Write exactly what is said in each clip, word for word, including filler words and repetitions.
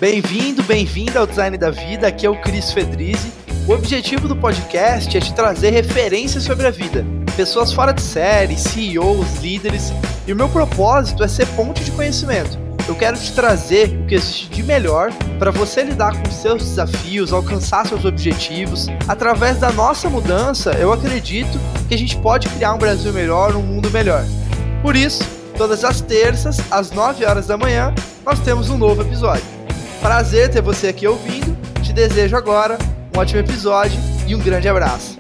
Bem-vindo, bem-vinda ao Design da Vida, aqui é o Cris Fedrizzi. O objetivo do podcast é te trazer referências sobre a vida, pessoas fora de série, C E Os, líderes, e o meu propósito é ser ponte de conhecimento. Eu quero te trazer o que existe de melhor para você lidar com seus desafios, alcançar seus objetivos. Através da nossa mudança, eu acredito que a gente pode criar um Brasil melhor, um mundo melhor. Por isso, todas as terças, às nove horas da manhã, nós temos um novo episódio. Prazer ter você aqui ouvindo, te desejo agora um ótimo episódio e um grande abraço.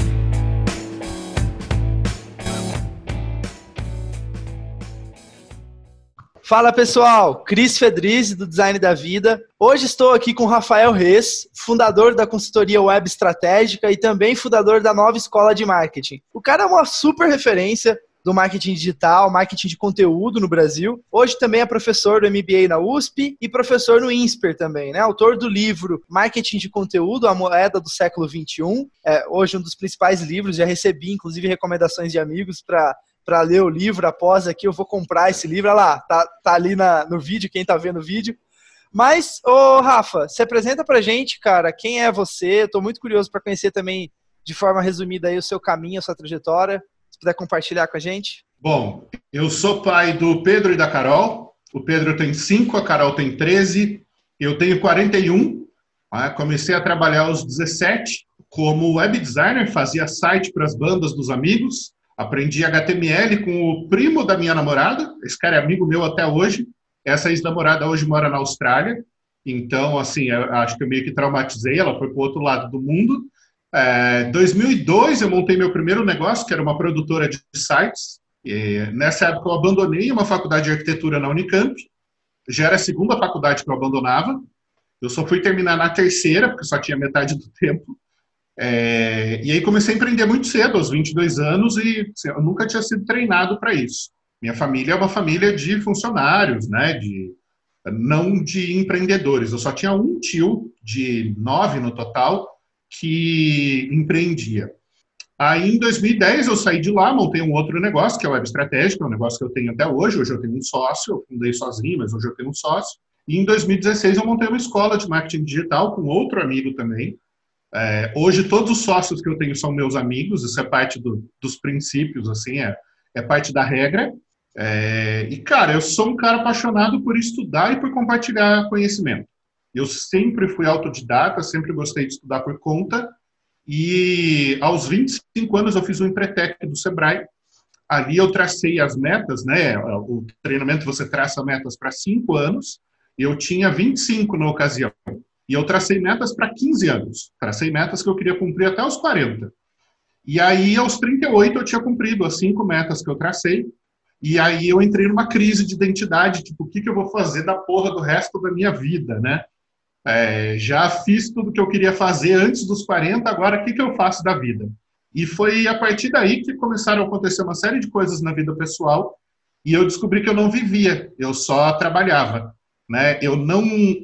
Fala pessoal, Cris Fedrizzi do Design da Vida. Hoje estou aqui com Rafael Reis, fundador da consultoria Web Estratégica e também fundador da Nova Escola de Marketing. O cara é uma super referência do marketing digital, marketing de conteúdo no Brasil. Hoje também é professor do M B A na U S P e professor no INSPER também, né? Autor do livro Marketing de Conteúdo, a moeda do século vinte e um. É hoje um dos principais livros, já recebi inclusive recomendações de amigos para para ler o livro. Após aqui eu vou comprar esse livro. Olha lá, tá, tá ali na, no vídeo, quem tá vendo o vídeo. Mas, ô Rafa, se apresenta pra gente, cara, quem é você? Eu tô muito curioso para conhecer também, de forma resumida, aí, o seu caminho, a sua trajetória. Se puder compartilhar com a gente. Bom, eu sou pai do Pedro e da Carol. O Pedro tem cinco, a Carol tem treze. Eu tenho quarenta e um. Comecei a trabalhar aos dezessete como web designer, fazia site para as bandas dos amigos. Aprendi H T M L com o primo da minha namorada. Esse cara é amigo meu até hoje. Essa ex-namorada hoje mora na Austrália. Então, assim, eu acho que eu meio que traumatizei. Ela foi para o outro lado do mundo. Em é, dois mil e dois, eu montei meu primeiro negócio, que era uma produtora de sites. E nessa época, eu abandonei uma faculdade de arquitetura na Unicamp. Já era a segunda faculdade que eu abandonava. Eu só fui terminar na terceira, porque só tinha metade do tempo. É, e aí comecei a empreender muito cedo, aos vinte e dois anos, e assim, eu nunca tinha sido treinado para isso. Minha família é uma família de funcionários, né, de, não de empreendedores. Eu só tinha um tio, de nove no total, que empreendia. Aí, em dois mil e dez, eu saí de lá, montei um outro negócio, que é o Web Estratégica, é um negócio que eu tenho até hoje. Hoje eu tenho um sócio, eu fundei sozinho, mas hoje eu tenho um sócio. E em dois mil e dezesseis, eu montei uma escola de marketing digital com outro amigo também. É, hoje, todos os sócios que eu tenho são meus amigos, isso é parte do, dos princípios, assim, é, é parte da regra. É, e, cara, eu sou um cara apaixonado por estudar e por compartilhar conhecimento. Eu sempre fui autodidata, sempre gostei de estudar por conta. E aos vinte e cinco anos eu fiz um Empretec do Sebrae. Ali eu tracei as metas, né? O treinamento você traça metas para cinco anos. Eu tinha vinte e cinco na ocasião. E eu tracei metas para quinze anos. Tracei metas que eu queria cumprir até os quarenta. E aí, aos trinta e oito, eu tinha cumprido as cinco metas que eu tracei. E aí eu entrei numa crise de identidade, tipo, o que, que eu vou fazer da porra do resto da minha vida, né? É, já fiz tudo que eu queria fazer antes dos quarenta, agora o que, que eu faço da vida? E foi a partir daí que começaram a acontecer uma série de coisas na vida pessoal e eu descobri que eu não vivia, eu só trabalhava, né? Eu não,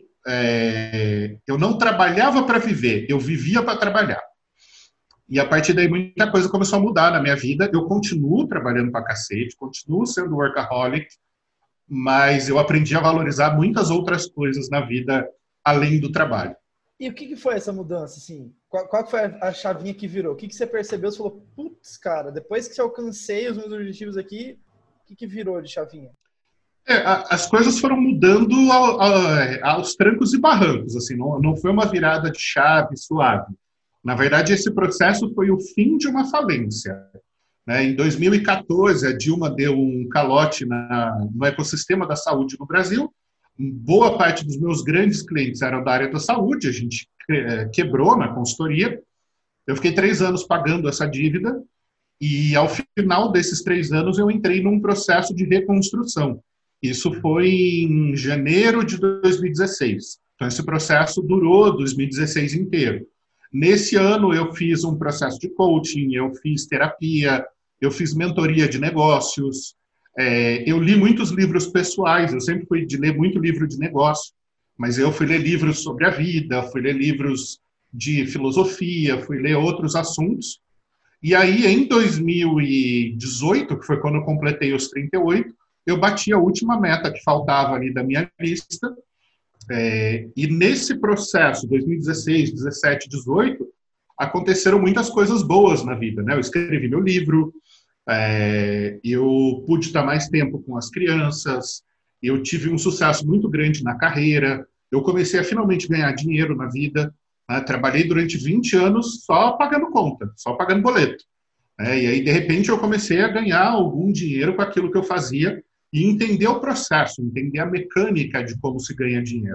é, eu não trabalhava para viver, eu vivia para trabalhar. E a partir daí muita coisa começou a mudar na minha vida. Eu continuo trabalhando pra cacete, continuo sendo workaholic, mas eu aprendi a valorizar muitas outras coisas na vida além do trabalho. E o que, que foi essa mudança, assim? Qual, qual foi a chavinha que virou? O que, que você percebeu? Você falou, putz, cara, depois que eu alcancei os meus objetivos aqui, o que, que virou de chavinha? É, a, as coisas foram mudando ao, ao, aos trancos e barrancos, assim, não, não foi uma virada de chave suave. Na verdade, esse processo foi o fim de uma falência, né? Em dois mil e quatorze, a Dilma deu um calote na, no ecossistema da saúde no Brasil. Boa parte dos meus grandes clientes eram da área da saúde, a gente quebrou na consultoria. Eu fiquei três anos pagando essa dívida e, ao final desses três anos, eu entrei num processo de reconstrução. Isso foi em janeiro de dois mil e dezesseis. Então, esse processo durou dois mil e dezesseis inteiro. Nesse ano, eu fiz um processo de coaching, eu fiz terapia, eu fiz mentoria de negócios. É, eu li muitos livros pessoais, eu sempre fui de ler muito livro de negócio, mas eu fui ler livros sobre a vida, fui ler livros de filosofia, fui ler outros assuntos. E aí, em dois mil e dezoito, que foi quando eu completei os trinta e oito, eu bati a última meta que faltava ali da minha lista, É, e nesse processo, dois mil e dezesseis, dezessete, dezoito, aconteceram muitas coisas boas na vida, né? Eu escrevi meu livro, é, eu pude estar mais tempo com as crianças, eu tive um sucesso muito grande na carreira, eu comecei a finalmente ganhar dinheiro na vida, né? Trabalhei durante vinte anos só pagando conta, só pagando boleto. Né? E aí, de repente, eu comecei a ganhar algum dinheiro com aquilo que eu fazia e entender o processo, entender a mecânica de como se ganha dinheiro.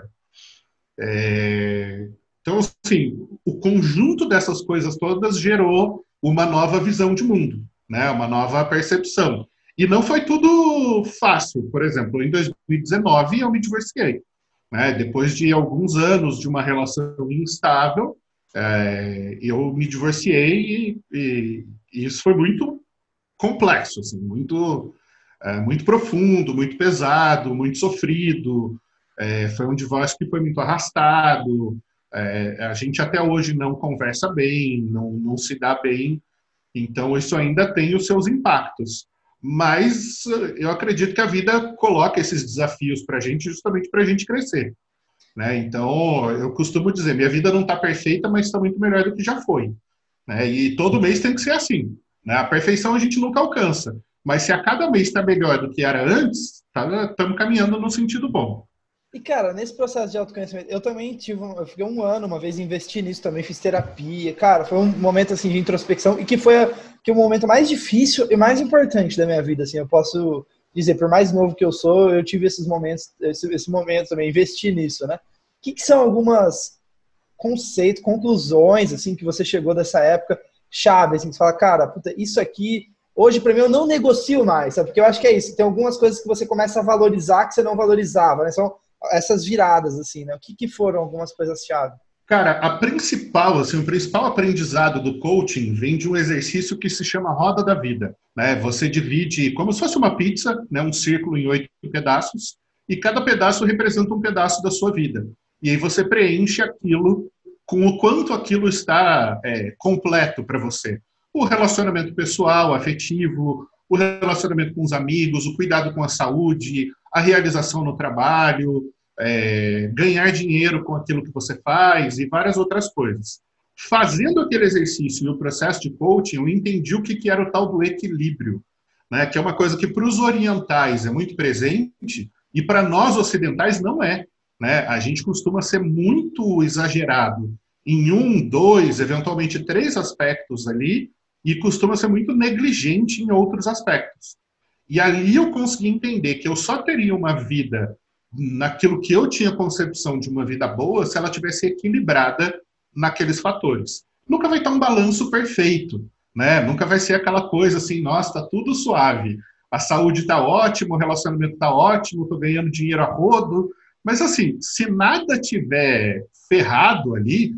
É... Então, assim, o conjunto dessas coisas todas gerou uma nova visão de mundo, né? Uma nova percepção. E não foi tudo fácil. Por exemplo, em dois mil e dezenove eu me divorciei. Né? Depois de alguns anos de uma relação instável, é, eu me divorciei e, e, e isso foi muito complexo, assim, muito, é, muito profundo, muito pesado, muito sofrido. É, foi um divórcio que foi muito arrastado. É, a gente até hoje não conversa bem, não, não se dá bem. Então, isso ainda tem os seus impactos. Mas eu acredito que a vida coloca esses desafios para a gente justamente para a gente crescer. Né? Então, eu costumo dizer, minha vida não está perfeita, mas está muito melhor do que já foi. Né? E todo mês tem que ser assim. Né? A perfeição a gente nunca alcança. Mas se a cada mês está melhor do que era antes, estamos tá, caminhando no sentido bom. E, cara, nesse processo de autoconhecimento, eu também tive, um, eu fiquei um ano, uma vez, investi nisso também, fiz terapia. Cara, foi um momento, assim, de introspecção e que foi a, que o momento mais difícil e mais importante da minha vida, assim, eu posso dizer, por mais novo que eu sou, eu tive esses momentos, esse, esse momento também, investi nisso, né? O que, que são algumas conceitos, conclusões, assim, que você chegou dessa época, chave, assim, que você fala, cara, puta, isso aqui, hoje, pra mim, eu não negocio mais, sabe? Porque eu acho que é isso, tem algumas coisas que você começa a valorizar que você não valorizava, né? São essas viradas, assim, né? O que, que foram algumas coisas-chave? Cara, a principal, assim, o principal aprendizado do coaching vem de um exercício que se chama roda da vida, né? Você divide como se fosse uma pizza, né? Um círculo em oito pedaços, e cada pedaço representa um pedaço da sua vida. E aí você preenche aquilo com o quanto aquilo está é, completo para você. O relacionamento pessoal, afetivo, o relacionamento com os amigos, o cuidado com a saúde, a realização no trabalho, é, ganhar dinheiro com aquilo que você faz e várias outras coisas. Fazendo aquele exercício e o processo de coaching, eu entendi o que, que era o tal do equilíbrio, né? Que é uma coisa que para os orientais é muito presente e para nós ocidentais não é. Né? A gente costuma ser muito exagerado em um, dois, eventualmente três aspectos ali e costuma ser muito negligente em outros aspectos. E ali eu consegui entender que eu só teria uma vida naquilo que eu tinha concepção de uma vida boa se ela tivesse equilibrada naqueles fatores. Nunca vai estar um balanço perfeito, né? Nunca vai ser aquela coisa assim, nossa, tá tudo suave, a saúde tá ótima, o relacionamento tá ótimo, tô ganhando dinheiro a rodo, mas assim, se nada tiver ferrado ali,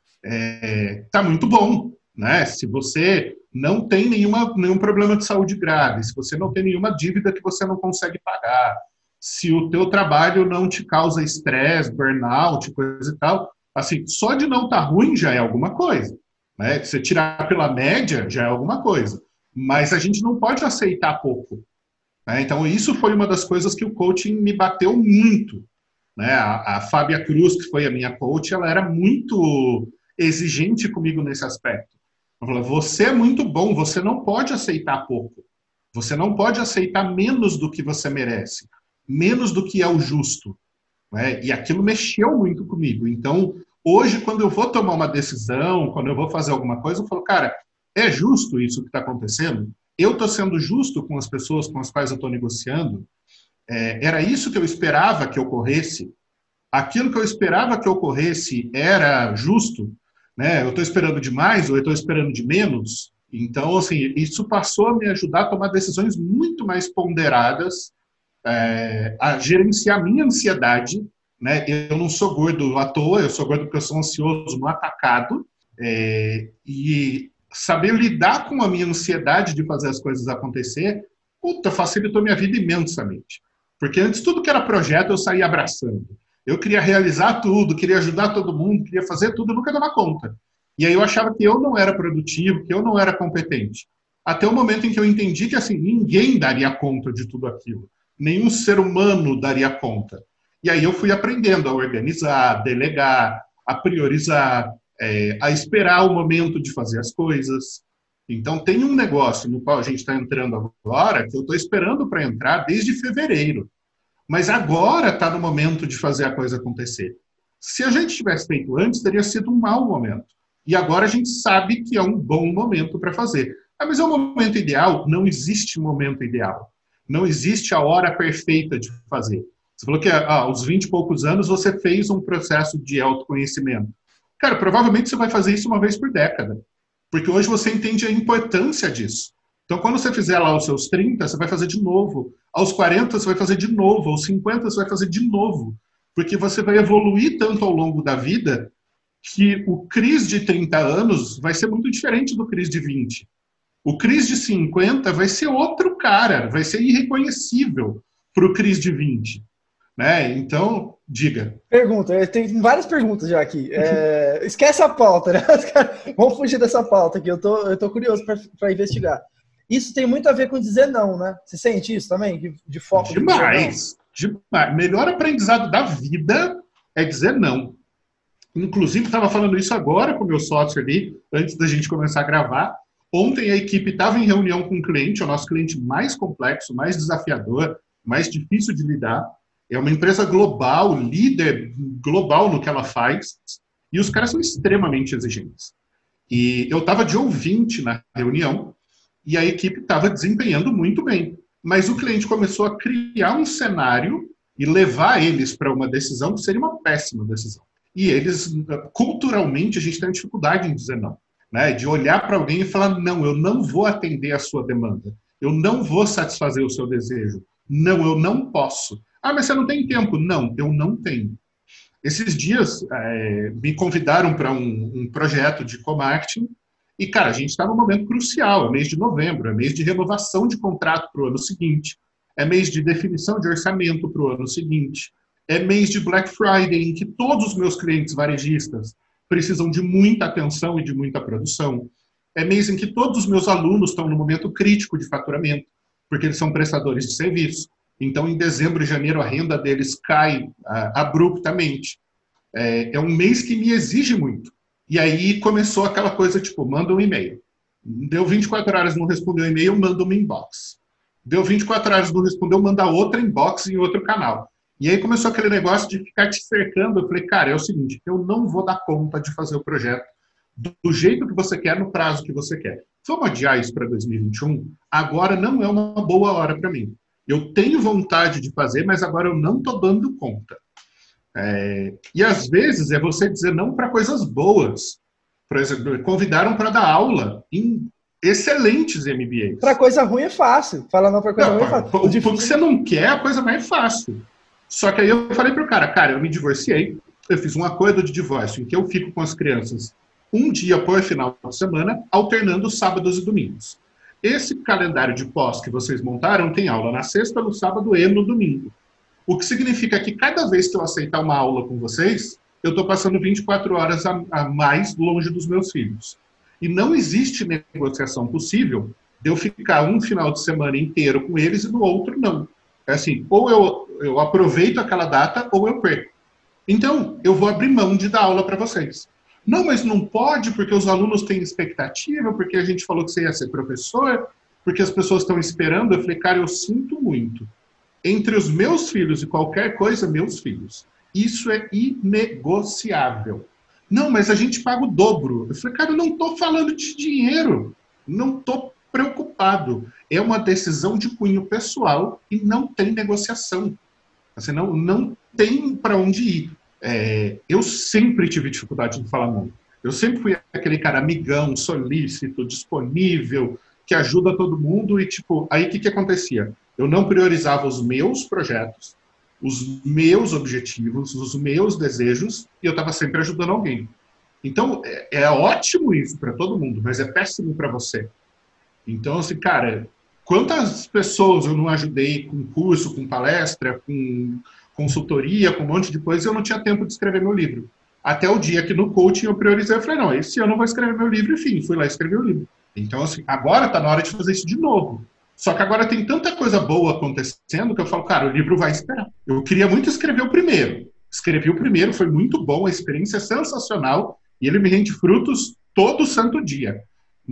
é, tá muito bom, né? Se você não tem nenhuma, nenhum problema de saúde grave, se você não tem nenhuma dívida que você não consegue pagar, se o teu trabalho não te causa estresse, burnout, coisa e tal, assim, só de não estar ruim já é alguma coisa. Né? Se você tirar pela média, já é alguma coisa. Mas a gente não pode aceitar pouco. Né? Então, isso foi uma das coisas que o coaching me bateu muito. Né? A, a Fábia Cruz, que foi a minha coach, ela era muito exigente comigo nesse aspecto. Ela falou, você é muito bom, você não pode aceitar pouco. Você não pode aceitar menos do que você merece. Menos do que é o justo. Né? E aquilo mexeu muito comigo. Então, hoje, quando eu vou tomar uma decisão, quando eu vou fazer alguma coisa, eu falo, cara, é justo isso que está acontecendo? Eu estou sendo justo com as pessoas com as quais eu estou negociando? É, era isso que eu esperava que ocorresse? Aquilo que eu esperava que ocorresse era justo? Né? Eu estou esperando demais ou eu estou esperando de menos? Então, assim, isso passou a me ajudar a tomar decisões muito mais ponderadas, É, a gerenciar a minha ansiedade, né? Eu não sou gordo à toa, eu sou gordo porque eu sou ansioso no atacado, é, e saber lidar com a minha ansiedade de fazer as coisas acontecer, puta, facilitou minha vida imensamente. Porque antes tudo que era projeto eu saía abraçando. Eu queria realizar tudo, queria ajudar todo mundo, queria fazer tudo, eu nunca dava conta. E aí eu achava que eu não era produtivo, que eu não era competente. Até o momento em que eu entendi que assim, ninguém daria conta de tudo aquilo. Nenhum ser humano daria conta. E aí eu fui aprendendo a organizar, a delegar, a priorizar, é, a esperar o momento de fazer as coisas. Então, tem um negócio no qual a gente está entrando agora, que eu estou esperando para entrar desde fevereiro. Mas agora está no momento de fazer a coisa acontecer. Se a gente tivesse feito antes, teria sido um mau momento. E agora a gente sabe que é um bom momento para fazer. Ah, mas é um momento ideal? Não existe momento ideal. Não existe a hora perfeita de fazer. Você falou que ah, aos vinte e poucos anos você fez um processo de autoconhecimento. Cara, provavelmente você vai fazer isso uma vez por década. Porque hoje você entende a importância disso. Então, quando você fizer lá os seus trinta, você vai fazer de novo. Aos quarenta, você vai fazer de novo. Aos cinquenta, você vai fazer de novo. Porque você vai evoluir tanto ao longo da vida que o Cris de trinta anos vai ser muito diferente do Cris de vinte. O Cris de cinquenta vai ser outro cara, vai ser irreconhecível para o Cris de vinte. Né? Então, diga. Pergunta, tem várias perguntas já aqui. É, esquece a pauta, né? Vamos fugir dessa pauta aqui, eu tô, eu tô curioso para investigar. Isso tem muito a ver com dizer não, né? Você sente isso também? De, de foco? Demais, de demais. Melhor aprendizado da vida é dizer não. Inclusive, estava falando isso agora com o meu sócio ali, antes da gente começar a gravar. Ontem a equipe estava em reunião com um cliente, é o nosso cliente mais complexo, mais desafiador, mais difícil de lidar. É uma empresa global, líder global no que ela faz, e os caras são extremamente exigentes. E eu estava de ouvinte na reunião, e a equipe estava desempenhando muito bem. Mas o cliente começou a criar um cenário e levar eles para uma decisão que seria uma péssima decisão. E eles, culturalmente, a gente tem dificuldade em dizer não. Né? De olhar para alguém e falar, não, eu não vou atender a sua demanda. Eu não vou satisfazer o seu desejo. Não, eu não posso. Ah, mas você não tem tempo. Não, eu não tenho. Esses dias é, me convidaram para um, um projeto de co-marketing e, cara, a gente está num momento crucial. É mês de novembro, é mês de renovação de contrato para o ano seguinte, é mês de definição de orçamento para o ano seguinte, é mês de Black Friday, em que todos os meus clientes varejistas precisam de muita atenção e de muita produção. É mês em que todos os meus alunos estão no momento crítico de faturamento, porque eles são prestadores de serviço. Então, em dezembro e janeiro, a renda deles cai ah, abruptamente. É, é um mês que me exige muito. E aí começou aquela coisa, tipo, manda um e-mail. Deu vinte e quatro horas, não respondeu o e-mail, manda uma inbox. Deu vinte e quatro horas, não respondeu, manda outra inbox em outro canal. E aí começou aquele negócio de ficar te cercando. Eu falei, cara, é o seguinte, eu não vou dar conta de fazer o projeto do jeito que você quer, no prazo que você quer. Vamos adiar isso para dois mil e vinte e um? Agora não é uma boa hora para mim. Eu tenho vontade de fazer, mas agora eu não estou dando conta. É, e às vezes é você dizer não para coisas boas. Por exemplo, convidaram para dar aula em excelentes M B As. Para coisa ruim é fácil. Falar não para coisa não, ruim é fácil. O que você não quer, a coisa mais fácil. Só que aí eu falei pro cara, cara, eu me divorciei, eu fiz um acordo de divórcio em que eu fico com as crianças um dia por final de semana, alternando sábados e domingos. Esse calendário de pós que vocês montaram tem aula na sexta, no sábado e no domingo. O que significa que cada vez que eu aceitar uma aula com vocês, eu estou passando vinte e quatro horas a, a mais longe dos meus filhos. E não existe negociação possível de eu ficar um final de semana inteiro com eles e no outro não. É assim, ou eu, eu aproveito aquela data ou eu perco. Então, eu vou abrir mão de dar aula para vocês. Não, mas não pode porque os alunos têm expectativa, porque a gente falou que você ia ser professor, porque as pessoas estão esperando. Eu falei, cara, eu sinto muito. Entre os meus filhos e qualquer coisa, meus filhos. Isso é inegociável. Não, mas a gente paga o dobro. Eu falei, cara, eu não estou falando de dinheiro. Não estou preocupado. É uma decisão de cunho pessoal e não tem negociação. Assim, não, não tem para onde ir. É, eu sempre tive dificuldade de falar não. Eu sempre fui aquele cara amigão, solícito, disponível, que ajuda todo mundo e, tipo, aí o que, que acontecia? Eu não priorizava os meus projetos, os meus objetivos, os meus desejos, e eu estava sempre ajudando alguém. Então, é, é ótimo isso para todo mundo, mas é péssimo para você. Então, assim, cara, quantas pessoas eu não ajudei com curso, com palestra, com consultoria, com um monte de coisa, e eu não tinha tempo de escrever meu livro. Até o dia que no coaching eu priorizei, eu falei, não, esse ano eu vou escrever meu livro, enfim, fui lá e escrevi o livro. Então, assim, agora está na hora de fazer isso de novo. Só que agora tem tanta coisa boa acontecendo que eu falo, cara, o livro vai esperar. Eu queria muito escrever o primeiro. Escrevi o primeiro, foi muito bom, a experiência é sensacional e ele me rende frutos todo santo dia.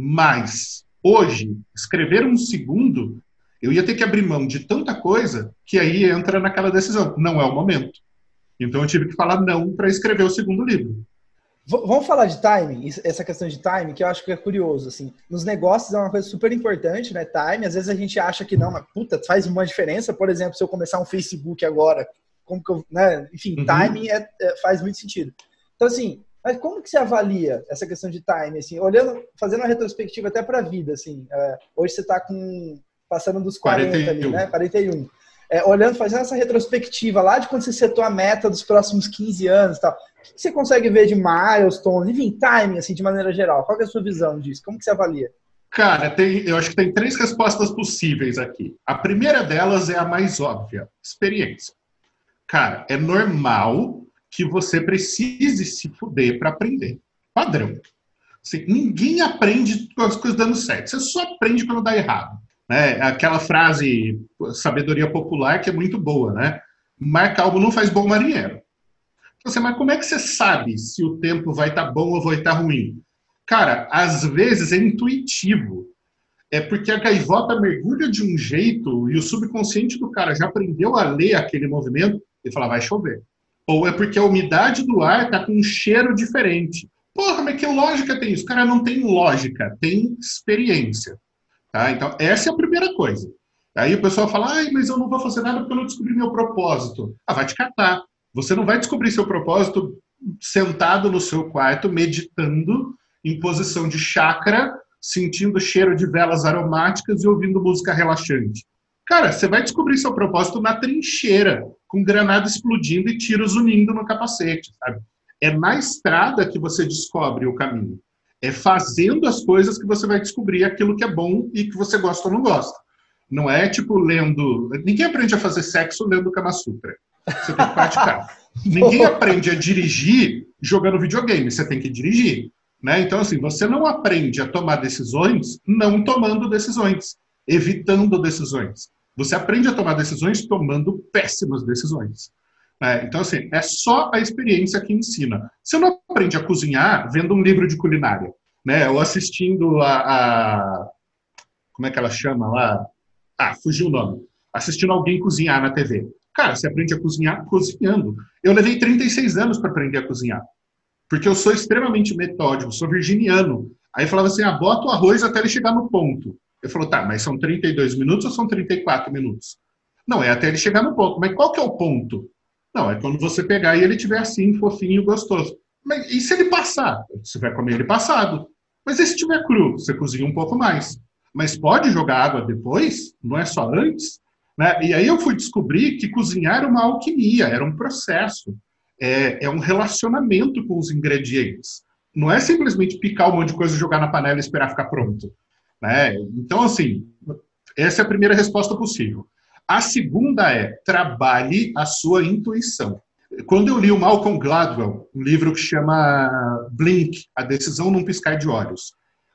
Mas, hoje, escrever um segundo, eu ia ter que abrir mão de tanta coisa que aí entra naquela decisão. Não é o momento. Então eu tive que falar não para escrever o segundo livro. Vamos falar de timing, essa questão de timing, que eu acho que é curioso, assim. Nos negócios é uma coisa super importante, né, timing. Às vezes a gente acha que não, mas puta, faz uma diferença. Por exemplo, se eu começar um Facebook agora, como que eu, né? Enfim, uhum. timing é, é, faz muito sentido. Então, assim, mas como que você avalia essa questão de timing, assim, olhando, fazendo uma retrospectiva até para a vida, assim. É, hoje você está com, passando dos quarenta, quarenta e um ali, né, quarenta e um. É, olhando, fazendo essa retrospectiva lá de quando você setou a meta dos próximos quinze anos e tal. O que você consegue ver de milestones, enfim, timing, assim, de maneira geral? Qual é a sua visão disso? Como que você avalia? Cara, tem, eu acho que tem três respostas possíveis aqui. A primeira delas é a mais óbvia, experiência. Cara, é normal que você precise se fuder para aprender. Padrão. Assim, ninguém aprende com as coisas dando certo. Você só aprende quando dá errado. Né? Aquela frase, sabedoria popular, que é muito boa, né? Mar calmo não faz bom marinheiro. Você, mas como é que você sabe se o tempo vai estar bom ou vai estar ruim? Cara, às vezes é intuitivo. É porque a gaivota mergulha de um jeito e o subconsciente do cara já aprendeu a ler aquele movimento e fala, vai chover. Ou é porque a umidade do ar está com um cheiro diferente. Porra, mas que lógica tem isso? Cara, não tem lógica, tem experiência. Tá? Então, essa é a primeira coisa. Aí o pessoal fala, ai, mas eu não vou fazer nada porque eu não descobri meu propósito. Ah, vai te catar. Você não vai descobrir seu propósito sentado no seu quarto, meditando, em posição de chakra, sentindo o cheiro de velas aromáticas e ouvindo música relaxante. Cara, você vai descobrir seu propósito na trincheira, com granada explodindo e tiros unindo no capacete, sabe? É na estrada que você descobre o caminho. É fazendo as coisas que você vai descobrir aquilo que é bom e que você gosta ou não gosta. Não é tipo lendo... Ninguém aprende a fazer sexo lendo Kama Sutra. Você tem que praticar. Ninguém aprende a dirigir jogando videogame. Você tem que dirigir. Né? Então, assim, você não aprende a tomar decisões não tomando decisões, evitando decisões. Você aprende a tomar decisões tomando péssimas decisões. É, então, assim, é só a experiência que ensina. Você não aprende a cozinhar vendo um livro de culinária, né? Ou assistindo a, a... Como é que ela chama lá? Ah, fugiu o nome. Assistindo alguém cozinhar na T V. Cara, você aprende a cozinhar cozinhando. Eu levei trinta e seis anos para aprender a cozinhar. Porque eu sou extremamente metódico, sou virginiano. Aí eu falava assim, ah, bota o arroz até ele chegar no ponto. Eu falo, tá, mas são trinta e dois minutos ou são trinta e quatro minutos? Não, é até ele chegar no ponto. Mas qual que é o ponto? Não, é quando você pegar e ele estiver assim, fofinho e gostoso. Mas e se ele passar? Você vai comer ele passado. Mas e se estiver cru? Você cozinha um pouco mais. Mas pode jogar água depois? Não é só antes? Né? E aí eu fui descobrir que cozinhar era uma alquimia, era um processo. É, é um relacionamento com os ingredientes. Não é simplesmente picar um monte de coisa, jogar na panela e esperar ficar pronto. Né? Então, assim, essa é a primeira resposta possível. A segunda é, trabalhe a sua intuição. Quando eu li o Malcolm Gladwell, um livro que chama Blink, A Decisão Num Piscar de Olhos.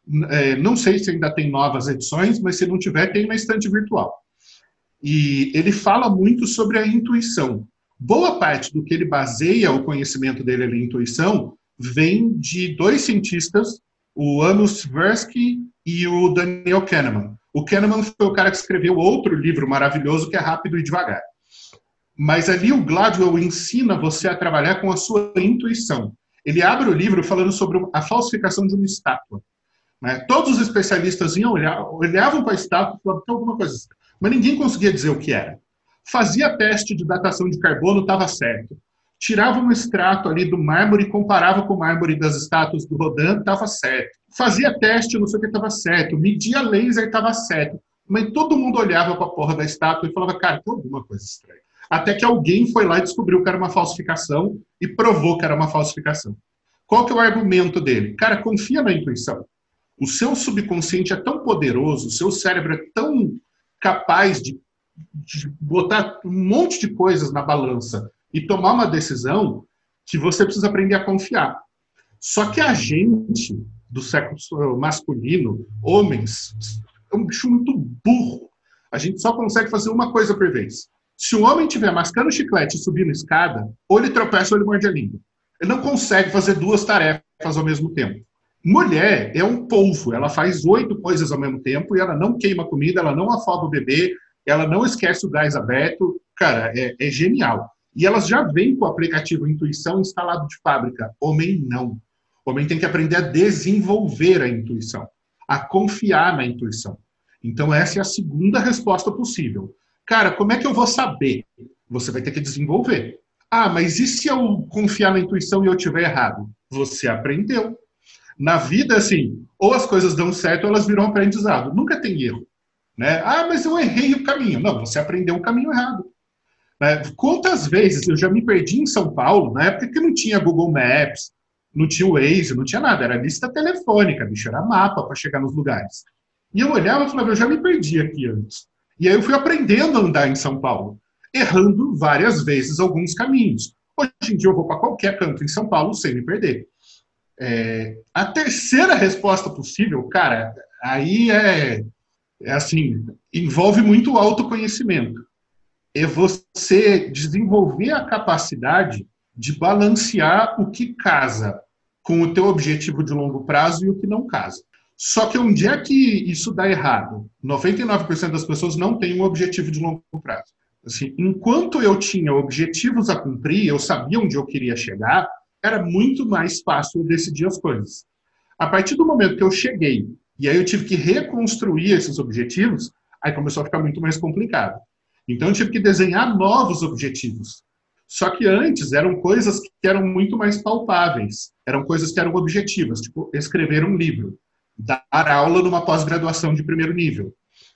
É, não sei se ainda tem novas edições, mas se não tiver, tem na estante virtual. E ele fala muito sobre a intuição. Boa parte do que ele baseia o conhecimento dele na intuição vem de dois cientistas, o Amos Tversky e o Daniel Kahneman. O Kahneman foi o cara que escreveu outro livro maravilhoso que é Rápido e Devagar. Mas ali o Gladwell ensina você a trabalhar com a sua intuição. Ele abre o livro falando sobre a falsificação de uma estátua. Né? Todos os especialistas iam olhar, olhavam para a estátua e falavam que alguma coisa, mas ninguém conseguia dizer o que era. Fazia teste de datação de carbono, estava certo. Tirava um extrato ali do mármore e comparava com o mármore das estátuas do Rodin, estava certo. Fazia teste, não sei o que, estava certo. Media laser, estava certo. Mas todo mundo olhava para a porra da estátua e falava, cara, tem alguma coisa estranha. Até que alguém foi lá e descobriu que era uma falsificação e provou que era uma falsificação. Qual que é o argumento dele? Cara, confia na intuição. O seu subconsciente é tão poderoso, o seu cérebro é tão capaz de de botar um monte de coisas na balança e tomar uma decisão que você precisa aprender a confiar. Só que a gente, do sexo masculino, homens, é um bicho muito burro. A gente só consegue fazer uma coisa por vez. Se o homem estiver mascando chiclete e subindo escada, ou ele tropeça ou ele morde a língua. Ele não consegue fazer duas tarefas ao mesmo tempo. Mulher é um polvo, ela faz oito coisas ao mesmo tempo e ela não queima comida, ela não afoga o bebê, ela não esquece o gás aberto. Cara, é, é genial. E elas já vêm com o aplicativo Intuição instalado de fábrica. Homem não. Homem tem que aprender a desenvolver a intuição, a confiar na intuição. Então essa é a segunda resposta possível. Cara, como é que eu vou saber? Você vai ter que desenvolver. Ah, mas e se eu confiar na intuição e eu estiver errado? Você aprendeu. Na vida, assim, ou as coisas dão certo ou elas viram aprendizado. Nunca tem erro. Né? Ah, mas eu errei o caminho. Não, você aprendeu o caminho errado. Né? Quantas vezes eu já me perdi em São Paulo, na época que não tinha Google Maps, não tinha o Waze, não tinha nada, era lista telefônica, bicho, era mapa para chegar nos lugares. E eu olhava e falava, eu já me perdi aqui antes. E aí eu fui aprendendo a andar em São Paulo, errando várias vezes alguns caminhos. Hoje em dia eu vou para qualquer canto em São Paulo sem me perder. É, a terceira resposta possível, cara, aí é, é assim, envolve muito autoconhecimento. É você desenvolver a capacidade de balancear o que casa com o teu objetivo de longo prazo e o que não casa. Só que onde é que isso dá errado? noventa e nove por cento das pessoas não têm um objetivo de longo prazo. Assim, enquanto eu tinha objetivos a cumprir, eu sabia onde eu queria chegar, era muito mais fácil eu decidir as coisas. A partir do momento que eu cheguei, e aí eu tive que reconstruir esses objetivos, aí começou a ficar muito mais complicado. Então eu tive que desenhar novos objetivos. Só que antes eram coisas que eram muito mais palpáveis, eram coisas que eram objetivas, tipo escrever um livro, dar aula numa pós-graduação de primeiro nível,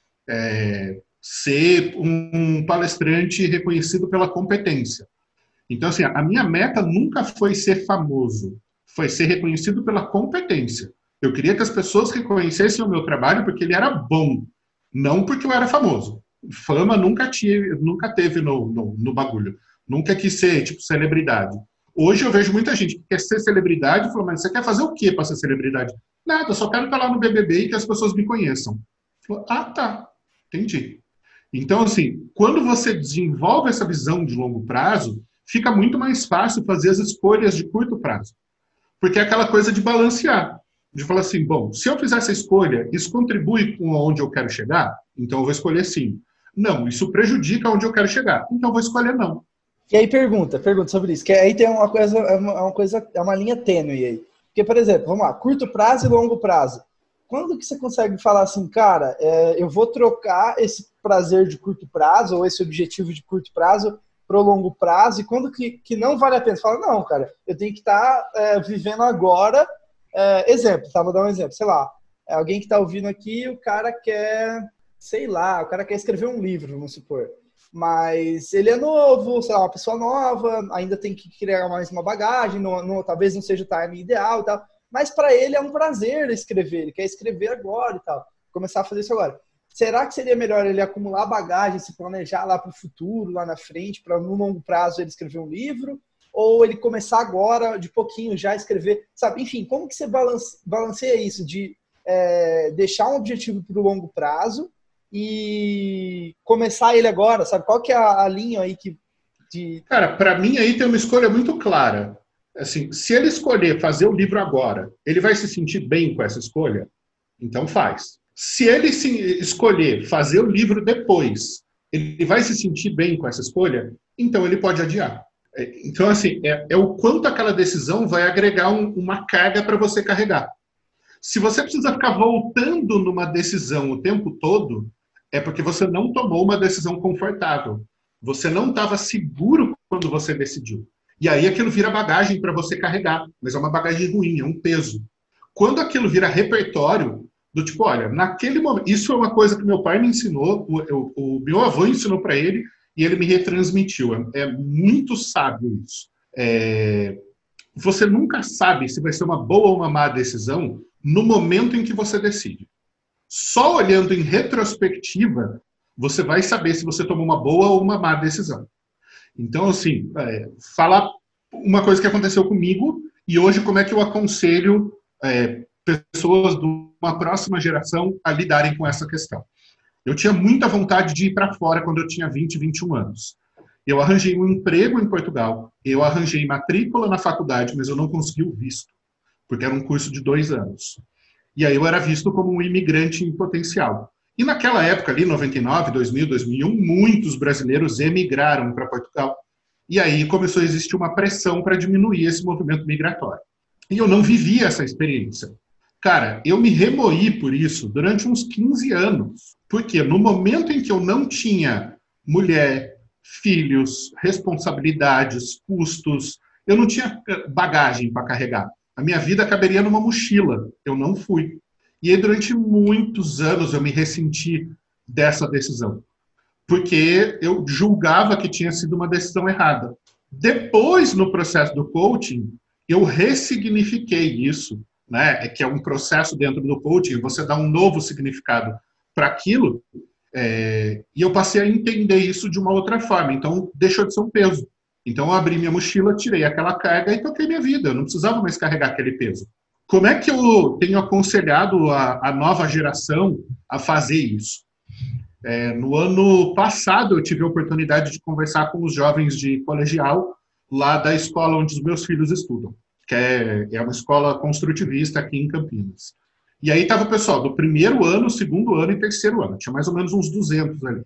é, ser um palestrante reconhecido pela competência. Então, assim, a minha meta nunca foi ser famoso, foi ser reconhecido pela competência. Eu queria que as pessoas reconhecessem o meu trabalho porque ele era bom, não porque eu era famoso. Fama nunca, tive, nunca teve no, no, no bagulho. Nunca quis ser, tipo, celebridade. Hoje eu vejo muita gente que quer ser celebridade e fala, mas você quer fazer o quê para ser celebridade? Nada, só quero estar lá no B B B e que as pessoas me conheçam. Falo, ah, tá, entendi. Então, assim, quando você desenvolve essa visão de longo prazo, fica muito mais fácil fazer as escolhas de curto prazo. Porque é aquela coisa de balancear. De falar assim, bom, se eu fizer essa escolha, isso contribui com onde eu quero chegar? Então eu vou escolher sim. Não, isso prejudica onde eu quero chegar. Então eu vou escolher não. E aí pergunta, pergunta sobre isso. Que aí tem uma coisa, é uma, uma coisa, é uma linha tênue aí. Porque, por exemplo, vamos lá, curto prazo e longo prazo. Quando que você consegue falar assim, cara, é, eu vou trocar esse prazer de curto prazo ou esse objetivo de curto prazo para o longo prazo, e quando que, que não vale a pena? Você fala, não, cara, eu tenho que estar tá, é, vivendo agora. É, exemplo, tá? Vou dar um exemplo. Sei lá, é alguém que está ouvindo aqui, o cara quer, sei lá, o cara quer escrever um livro, vamos supor. Mas ele é novo, sei lá, uma pessoa nova, ainda tem que criar mais uma bagagem, não, não, talvez não seja o time ideal e tal. Mas para ele é um prazer escrever, ele quer escrever agora e tal. Começar a fazer isso agora. Será que seria melhor ele acumular bagagem, se planejar lá para o futuro, lá na frente, para no longo prazo ele escrever um livro? Ou ele começar agora, de pouquinho, já escrever? Sabe? Enfim, como que você balance, balanceia isso de é, deixar um objetivo para o longo prazo e começar ele agora? Sabe? Qual que é a, a linha aí que... De... Cara, para mim aí tem uma escolha muito clara. Assim, se ele escolher fazer o livro agora, ele vai se sentir bem com essa escolha? Então faz. Se ele se escolher fazer o livro depois, ele vai se sentir bem com essa escolha? Então ele pode adiar. Então, assim, é, é o quanto aquela decisão vai agregar um, uma carga para você carregar. Se você precisa ficar voltando numa decisão o tempo todo, é porque você não tomou uma decisão confortável. Você não estava seguro quando você decidiu. E aí aquilo vira bagagem para você carregar, mas é uma bagagem ruim, é um peso. Quando aquilo vira repertório, do tipo, olha, naquele momento... Isso é uma coisa que meu pai me ensinou, o, o, o meu avô ensinou para ele, e ele me retransmitiu. É, é muito sábio isso. É, você nunca sabe se vai ser uma boa ou uma má decisão no momento em que você decide. Só olhando em retrospectiva, você vai saber se você tomou uma boa ou uma má decisão. Então, assim, é, falar uma coisa que aconteceu comigo e hoje como é que eu aconselho é, pessoas de uma próxima geração a lidarem com essa questão. Eu tinha muita vontade de ir para fora quando eu tinha vinte, vinte e um anos. Eu arranjei um emprego em Portugal, eu arranjei matrícula na faculdade, mas eu não consegui o visto, porque era um curso de dois anos. E aí eu era visto como um imigrante em potencial. E naquela época ali, noventa e nove, dois mil, dois mil e um, muitos brasileiros emigraram para Portugal. E aí começou a existir uma pressão para diminuir esse movimento migratório. E eu não vivi essa experiência. Cara, eu me remoí por isso durante uns quinze anos. Porque no momento em que eu não tinha mulher, filhos, responsabilidades, custos, eu não tinha bagagem para carregar. A minha vida caberia numa mochila. Eu não fui. E aí, durante muitos anos, eu me ressenti dessa decisão. Porque eu julgava que tinha sido uma decisão errada. Depois, no processo do coaching, eu ressignifiquei isso, né? É que é um processo dentro do coaching, você dá um novo significado para aquilo, é, e eu passei a entender isso de uma outra forma. Então, deixou de ser um peso. Então, eu abri minha mochila, tirei aquela carga e toquei minha vida. Eu não precisava mais carregar aquele peso. Como é que eu tenho aconselhado a, a nova geração a fazer isso? É, no ano passado, eu tive a oportunidade de conversar com os jovens de colegial lá da escola onde os meus filhos estudam, que é, é uma escola construtivista aqui em Campinas. E aí estava o pessoal do primeiro ano, segundo ano e terceiro ano. Tinha mais ou menos uns duzentos ali.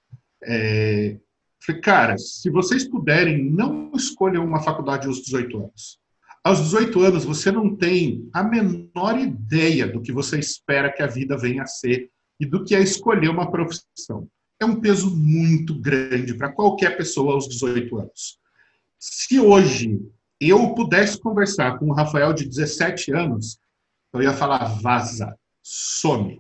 É, falei, cara, se vocês puderem, não escolham uma faculdade aos dezoito anos. Aos dezoito anos, você não tem a menor ideia do que você espera que a vida venha a ser e do que é escolher uma profissão. É um peso muito grande para qualquer pessoa aos dezoito anos. Se hoje eu pudesse conversar com o Rafael de dezessete anos, eu ia falar, vaza, some.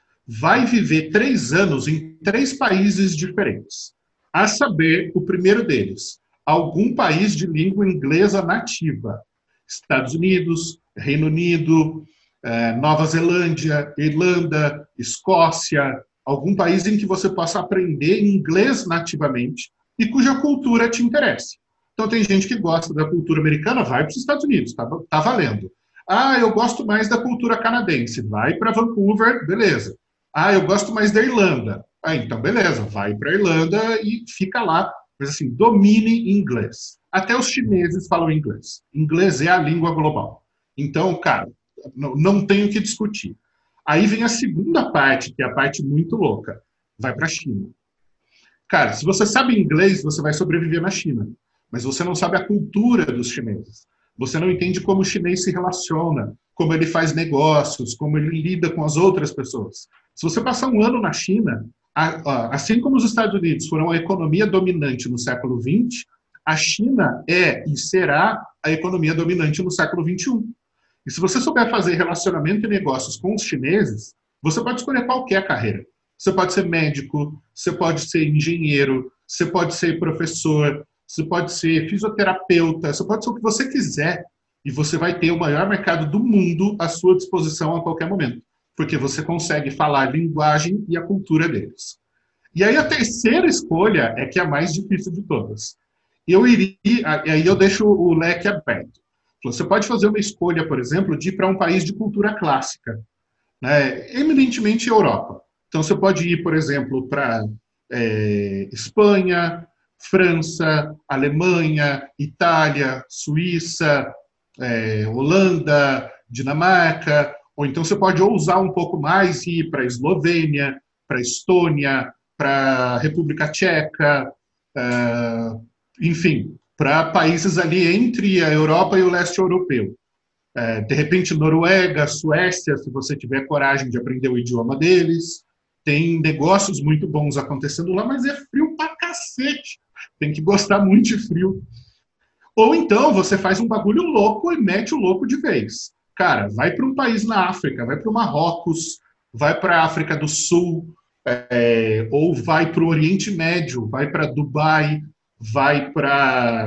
Vai viver três anos em três países diferentes. A saber, o primeiro deles, algum país de língua inglesa nativa. Estados Unidos, Reino Unido, eh, Nova Zelândia, Irlanda, Escócia, algum país em que você possa aprender inglês nativamente e cuja cultura te interesse. Então, tem gente que gosta da cultura americana, vai para os Estados Unidos, tá, tá valendo. Ah, eu gosto mais da cultura canadense, vai para Vancouver, beleza. Ah, eu gosto mais da Irlanda. Ah, então beleza, vai para a Irlanda e fica lá. Mas assim, domine inglês. Até os chineses falam inglês. Inglês é a língua global. Então, cara, não, não tenho o que discutir. Aí vem a segunda parte, que é a parte muito louca. Vai para a China. Cara, se você sabe inglês, você vai sobreviver na China. Mas você não sabe a cultura dos chineses. Você não entende como o chinês se relaciona, como ele faz negócios, como ele lida com as outras pessoas. Se você passar um ano na China, assim como os Estados Unidos foram a economia dominante no século vinte, a China é e será a economia dominante no século vinte e um. E se você souber fazer relacionamento e negócios com os chineses, você pode escolher qualquer carreira. Você pode ser médico, você pode ser engenheiro, você pode ser professor, você pode ser fisioterapeuta, você pode ser o que você quiser. E você vai ter o maior mercado do mundo à sua disposição a qualquer momento. Porque você consegue falar a linguagem e a cultura deles. E aí a terceira escolha é que é a mais difícil de todas. Eu iria, e aí eu deixo o leque aberto. Você pode fazer uma escolha, por exemplo, de ir para um país de cultura clássica, né? Eminentemente Europa. Então você pode ir, por exemplo, para é, Espanha, França, Alemanha, Itália, Suíça, é, Holanda, Dinamarca, ou então você pode ousar um pouco mais e ir para a Eslovênia, para a Estônia, para a República Tcheca, uh, enfim, para países ali entre a Europa e o leste europeu. Uh, de repente, Noruega, Suécia, se você tiver coragem de aprender o idioma deles. Tem negócios muito bons acontecendo lá, mas é frio pra cacete. Tem que gostar muito de frio. Ou então você faz um bagulho louco e mete o louco de vez. Cara, vai para um país na África, vai para o Marrocos, vai para a África do Sul, é, ou vai para o Oriente Médio, vai para Dubai, vai para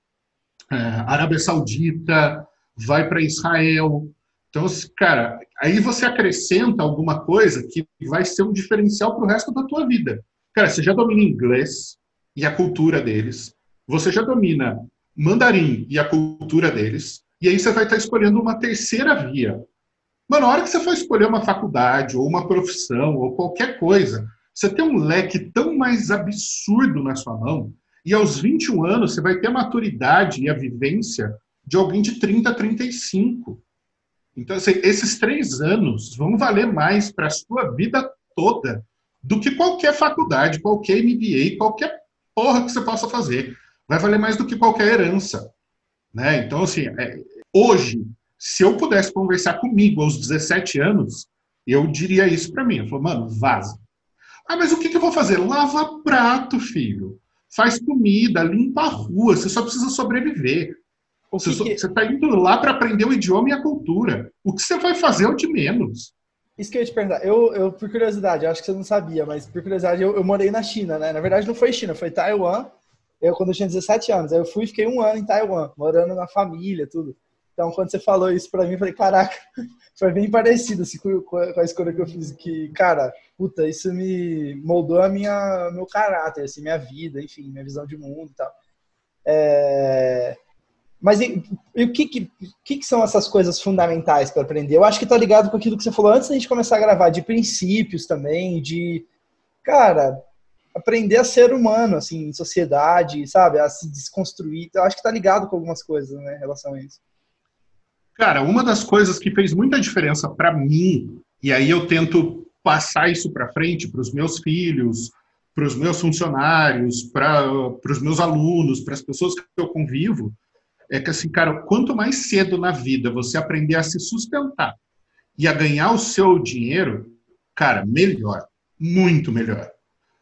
é, Arábia Saudita, vai para Israel. Então, cara, aí você acrescenta alguma coisa que vai ser um diferencial para o resto da tua vida. Cara, você já domina inglês e a cultura deles, você já domina mandarim e a cultura deles, e aí você vai estar escolhendo uma terceira via. Mas na hora que você for escolher uma faculdade, ou uma profissão, ou qualquer coisa, você tem um leque tão mais absurdo na sua mão, e aos vinte e um anos você vai ter a maturidade e a vivência de alguém de trinta a trinta e cinco. Então, assim, esses três anos vão valer mais para a sua vida toda do que qualquer faculdade, qualquer M B A, qualquer porra que você possa fazer. Vai valer mais do que qualquer herança. Né? Então, assim, é, hoje, se eu pudesse conversar comigo aos dezessete anos, eu diria isso para mim. Eu falo, mano, vaza. Ah, mas o que, que eu vou fazer? Lava prato, filho. Faz comida, limpa a rua. Você só precisa sobreviver. Você que... está indo lá para aprender o idioma e a cultura. O que você vai fazer é o de menos. Isso que eu ia te perguntar. Eu, eu, por curiosidade, eu acho que você não sabia, mas por curiosidade, eu, eu morei na China, né? Na verdade, não foi China, foi Taiwan. Eu, quando eu tinha dezessete anos, aí eu fui e fiquei um ano em Taiwan, morando na família, tudo. Então, quando você falou isso pra mim, eu falei, caraca, foi bem parecido assim, com, com a escolha que eu fiz, que, cara, puta, isso me moldou a minha, meu caráter, assim, minha vida, enfim, minha visão de mundo e tal. É... Mas e, e o que, que, que, que são essas coisas fundamentais para aprender? Eu acho que tá ligado com aquilo que você falou antes da gente começar a gravar, de princípios também, de, cara, aprender a ser humano, assim, em sociedade, sabe? A se desconstruir. Eu acho que tá ligado com algumas coisas, né, em relação a isso. Cara, uma das coisas que fez muita diferença para mim, e aí eu tento passar isso para frente para os meus filhos, para os meus funcionários, para os meus alunos, para as pessoas que eu convivo, é que, assim, cara, quanto mais cedo na vida você aprender a se sustentar e a ganhar o seu dinheiro, cara, melhor, muito melhor.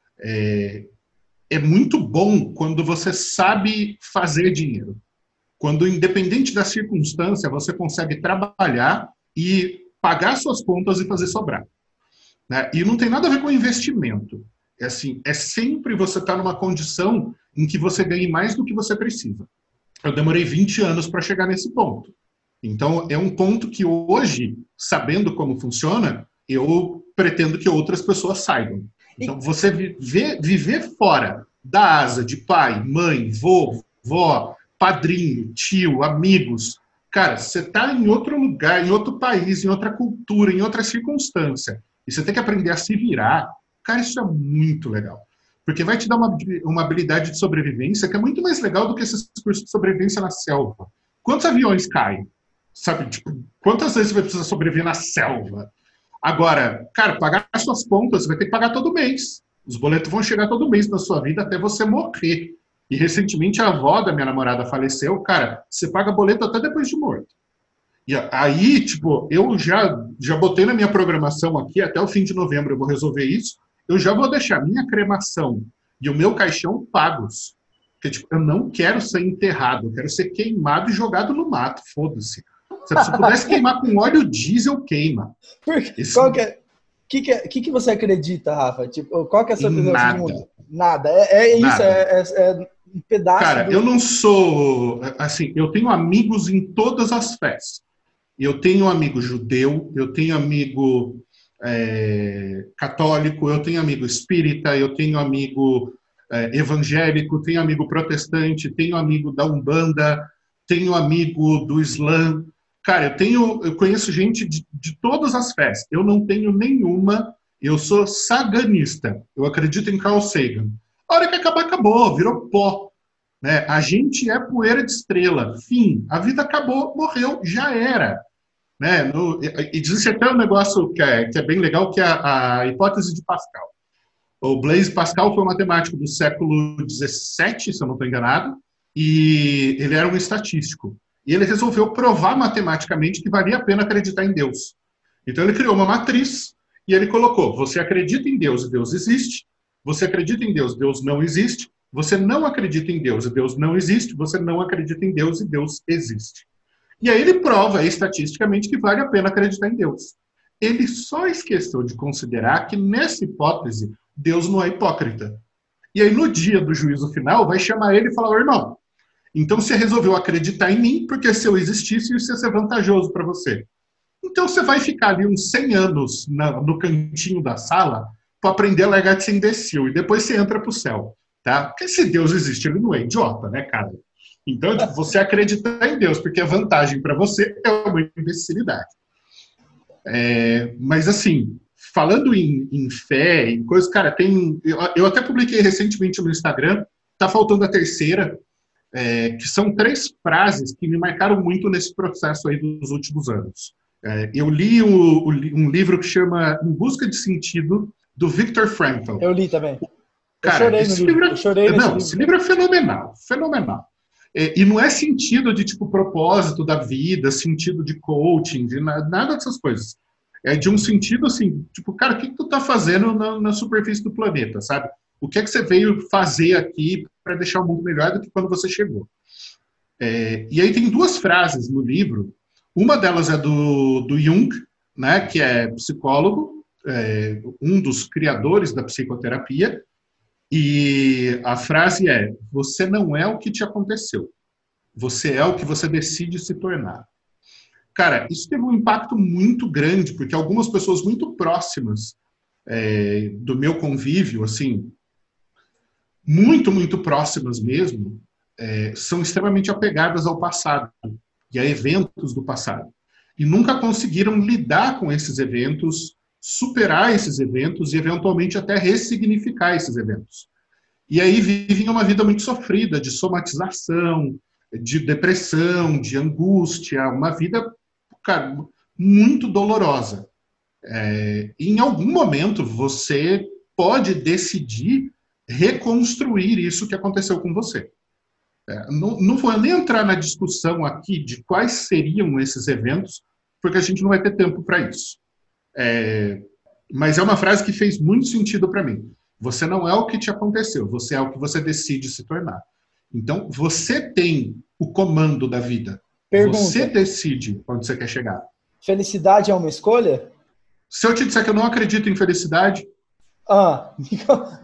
É, é muito bom quando você sabe fazer dinheiro. Quando, independente da circunstância, você consegue trabalhar e pagar suas contas e fazer sobrar. Né? E não tem nada a ver com investimento. É, assim, é sempre você estar numa condição em que você ganhe mais do que você precisa. Eu demorei vinte anos para chegar nesse ponto. Então, é um ponto que hoje, sabendo como funciona, eu pretendo que outras pessoas saibam. Então, você viver, viver fora da asa de pai, mãe, vô, vó, padrinho, tio, amigos, cara, você está em outro lugar, em outro país, em outra cultura, em outra circunstância, e você tem que aprender a se virar, cara, isso é muito legal. Porque vai te dar uma, uma habilidade de sobrevivência que é muito mais legal do que esses cursos de sobrevivência na selva. Quantos aviões caem? Sabe, tipo, quantas vezes você vai precisar sobreviver na selva? Agora, cara, pagar as suas contas, você vai ter que pagar todo mês. Os boletos vão chegar todo mês na sua vida até você morrer. E recentemente a avó da minha namorada faleceu. Cara, você paga boleto até depois de morto. E aí, tipo, eu já, já botei na minha programação aqui, até o fim de novembro eu vou resolver isso. Eu já vou deixar minha cremação e o meu caixão pagos. Porque, tipo, eu não quero ser enterrado, eu quero ser queimado e jogado no mato, foda-se. Se eu pudesse queimar com óleo diesel, queima. Esse... Qual que é... O que, que, que, que você acredita, Rafa? Tipo, qual que é a sua visão Nada. do mundo? Nada. É, é isso, Nada. É, é, é um pedaço. Cara, do... eu não sou... Assim, eu tenho amigos em todas as fés. Eu tenho amigo judeu, eu tenho amigo é, católico, eu tenho amigo espírita, eu tenho amigo é, evangélico, tenho amigo protestante, tenho amigo da Umbanda, tenho amigo do Islã. Cara, eu, tenho, eu conheço gente de, de todas as fés. Eu não tenho nenhuma. Eu sou saganista. Eu acredito em Carl Sagan. A hora que acabar, acabou. Virou pó. Né? A gente é poeira de estrela. Fim. A vida acabou, morreu, já era. Né? No, e existe até um negócio que é, que é bem legal, que é a, a hipótese de Pascal. O Blaise Pascal foi um matemático do século dezessete, se eu não estou enganado, e ele era um estatístico. E ele resolveu provar matematicamente que valia a pena acreditar em Deus. Então ele criou uma matriz e ele colocou: você acredita em Deus e Deus existe, você acredita em Deus, Deus não existe, você não acredita em Deus e Deus não existe, você não acredita em Deus e Deus existe. E aí ele prova estatisticamente que vale a pena acreditar em Deus. Ele só esqueceu de considerar que nessa hipótese Deus não é hipócrita. E aí no dia do juízo final vai chamar ele e falar: ô, irmão, então você resolveu acreditar em mim porque se eu existisse isso ia ser vantajoso para você. Então você vai ficar ali uns cem anos na, no cantinho da sala para aprender a largar de ser imbecil e depois você entra para o céu. Tá? Porque se Deus existe, ele não é idiota, né, cara? Então tipo, você acreditar em Deus porque a vantagem para você é uma imbecilidade. É, mas assim, falando em, em fé, em coisas, cara, tem... Eu, eu até publiquei recentemente no Instagram, tá faltando a terceira, é, que são três frases que me marcaram muito nesse processo aí dos últimos anos. É, eu li o, o, um livro que chama Em Busca de Sentido, do Viktor Frankl. Eu li também. Cara, eu chorei esse no livro, livro. Eu chorei não, livro. esse livro é fenomenal, fenomenal. É, e não é sentido de, tipo, propósito da vida, sentido de coaching, de nada, nada dessas coisas. É de um sentido, assim, tipo, cara, o que, que tu tá fazendo na, na superfície do planeta, sabe? O que é que você veio fazer aqui para deixar o mundo melhor do que quando você chegou? É, e aí tem duas frases no livro. Uma delas é do, do Jung, né, que é psicólogo, é, um dos criadores da psicoterapia, e a frase é: você não é o que te aconteceu, você é o que você decide se tornar. Cara, isso teve um impacto muito grande, porque algumas pessoas muito próximas é, do meu convívio, assim, muito, muito próximas mesmo, é, são extremamente apegadas ao passado e a eventos do passado. E nunca conseguiram lidar com esses eventos, superar esses eventos e, eventualmente, até ressignificar esses eventos. E aí vivem uma vida muito sofrida, de somatização, de depressão, de angústia, uma vida, cara, muito dolorosa. É, em algum momento, você pode decidir reconstruir isso que aconteceu com você. É, não, não vou nem entrar na discussão aqui de quais seriam esses eventos, porque a gente não vai ter tempo para isso. É, mas é uma frase que fez muito sentido para mim. Você não é o que te aconteceu, você é o que você decide se tornar. Então, você tem o comando da vida. Pergunta. Você decide onde você quer chegar. Felicidade é uma escolha? Se eu te disser que eu não acredito em felicidade... Ah, me,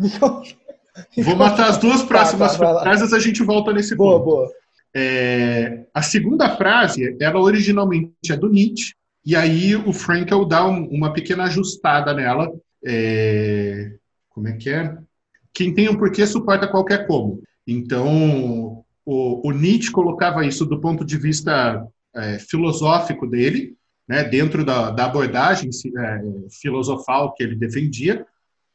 me, vou matar as duas próximas tá, tá, frases, a gente volta nesse boa, ponto. Boa. É, a segunda frase, ela originalmente é do Nietzsche, e aí o Frankl dá um, uma pequena ajustada nela. É, como é que é? Quem tem um porquê suporta qualquer como. Então, o, o Nietzsche colocava isso do ponto de vista é, filosófico dele, né, dentro da, da abordagem é, filosofal que ele defendia,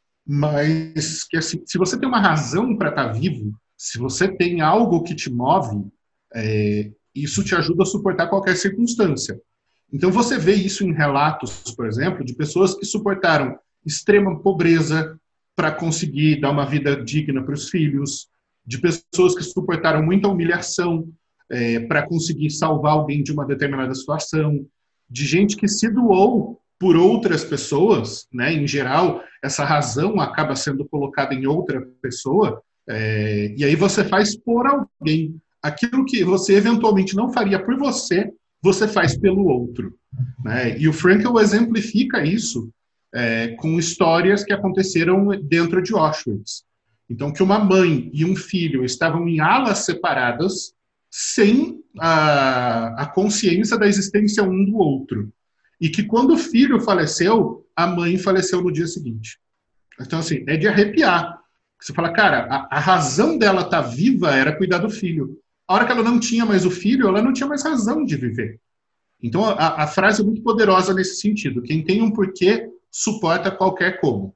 mas que, assim, se você tem uma razão para estar vivo, se você tem algo que te move, é, isso te ajuda a suportar qualquer circunstância. Então você vê isso em relatos, por exemplo, de pessoas que suportaram extrema pobreza para conseguir dar uma vida digna para os filhos, de pessoas que suportaram muita humilhação é, para conseguir salvar alguém de uma determinada situação, de gente que se doou por outras pessoas, né? Em geral, essa razão acaba sendo colocada em outra pessoa, é, e aí você faz por alguém. Aquilo que você eventualmente não faria por você, você faz pelo outro. Né? E o Frankl exemplifica isso é, com histórias que aconteceram dentro de Auschwitz. Então, que uma mãe e um filho estavam em alas separadas sem a, a consciência da existência um do outro. E que quando o filho faleceu, a mãe faleceu no dia seguinte. Então, assim, é de arrepiar. Você fala, cara, a, a razão dela estar viva era cuidar do filho. A hora que ela não tinha mais o filho, ela não tinha mais razão de viver. Então, a, a frase é muito poderosa nesse sentido. Quem tem um porquê, suporta qualquer como.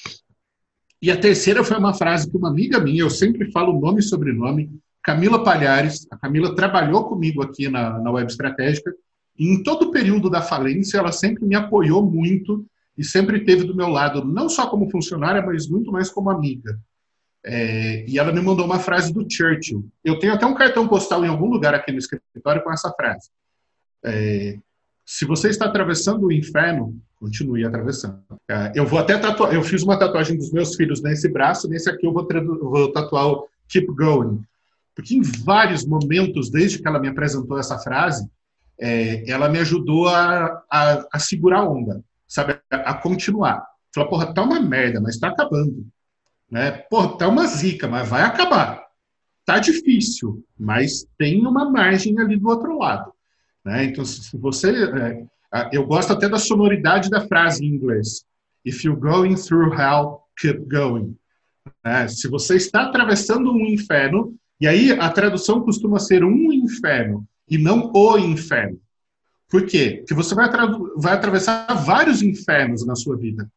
E a terceira foi uma frase que uma amiga minha, eu sempre falo nome e sobrenome, Camila Palhares. A Camila trabalhou comigo aqui na, na Web Estratégica. E em todo o período da falência, ela sempre me apoiou muito e sempre esteve do meu lado, não só como funcionária, mas muito mais como amiga. É, e ela me mandou uma frase do Churchill. Eu tenho até um cartão postal em algum lugar aqui no escritório com essa frase. É, se você está atravessando o inferno, continue atravessando. É, eu vou até tatuar, eu fiz uma tatuagem dos meus filhos nesse braço, nesse aqui eu vou, vou tatuar o Keep Going. Porque em vários momentos, desde que ela me apresentou essa frase, é, ela me ajudou a, a, a segurar a onda, sabe? A, a continuar. Falar, porra, tá uma merda, mas tá acabando. Né? Pô, tá uma zica, mas vai acabar. Tá difícil, mas tem uma margem ali do outro lado. Né? Então, se você... É, eu gosto até da sonoridade da frase em inglês. If you're going through hell, keep going. Né? Se você está atravessando um inferno, e aí a tradução costuma ser um inferno, e não o inferno. Por quê? Porque você vai, atra vai atravessar vários infernos na sua vida.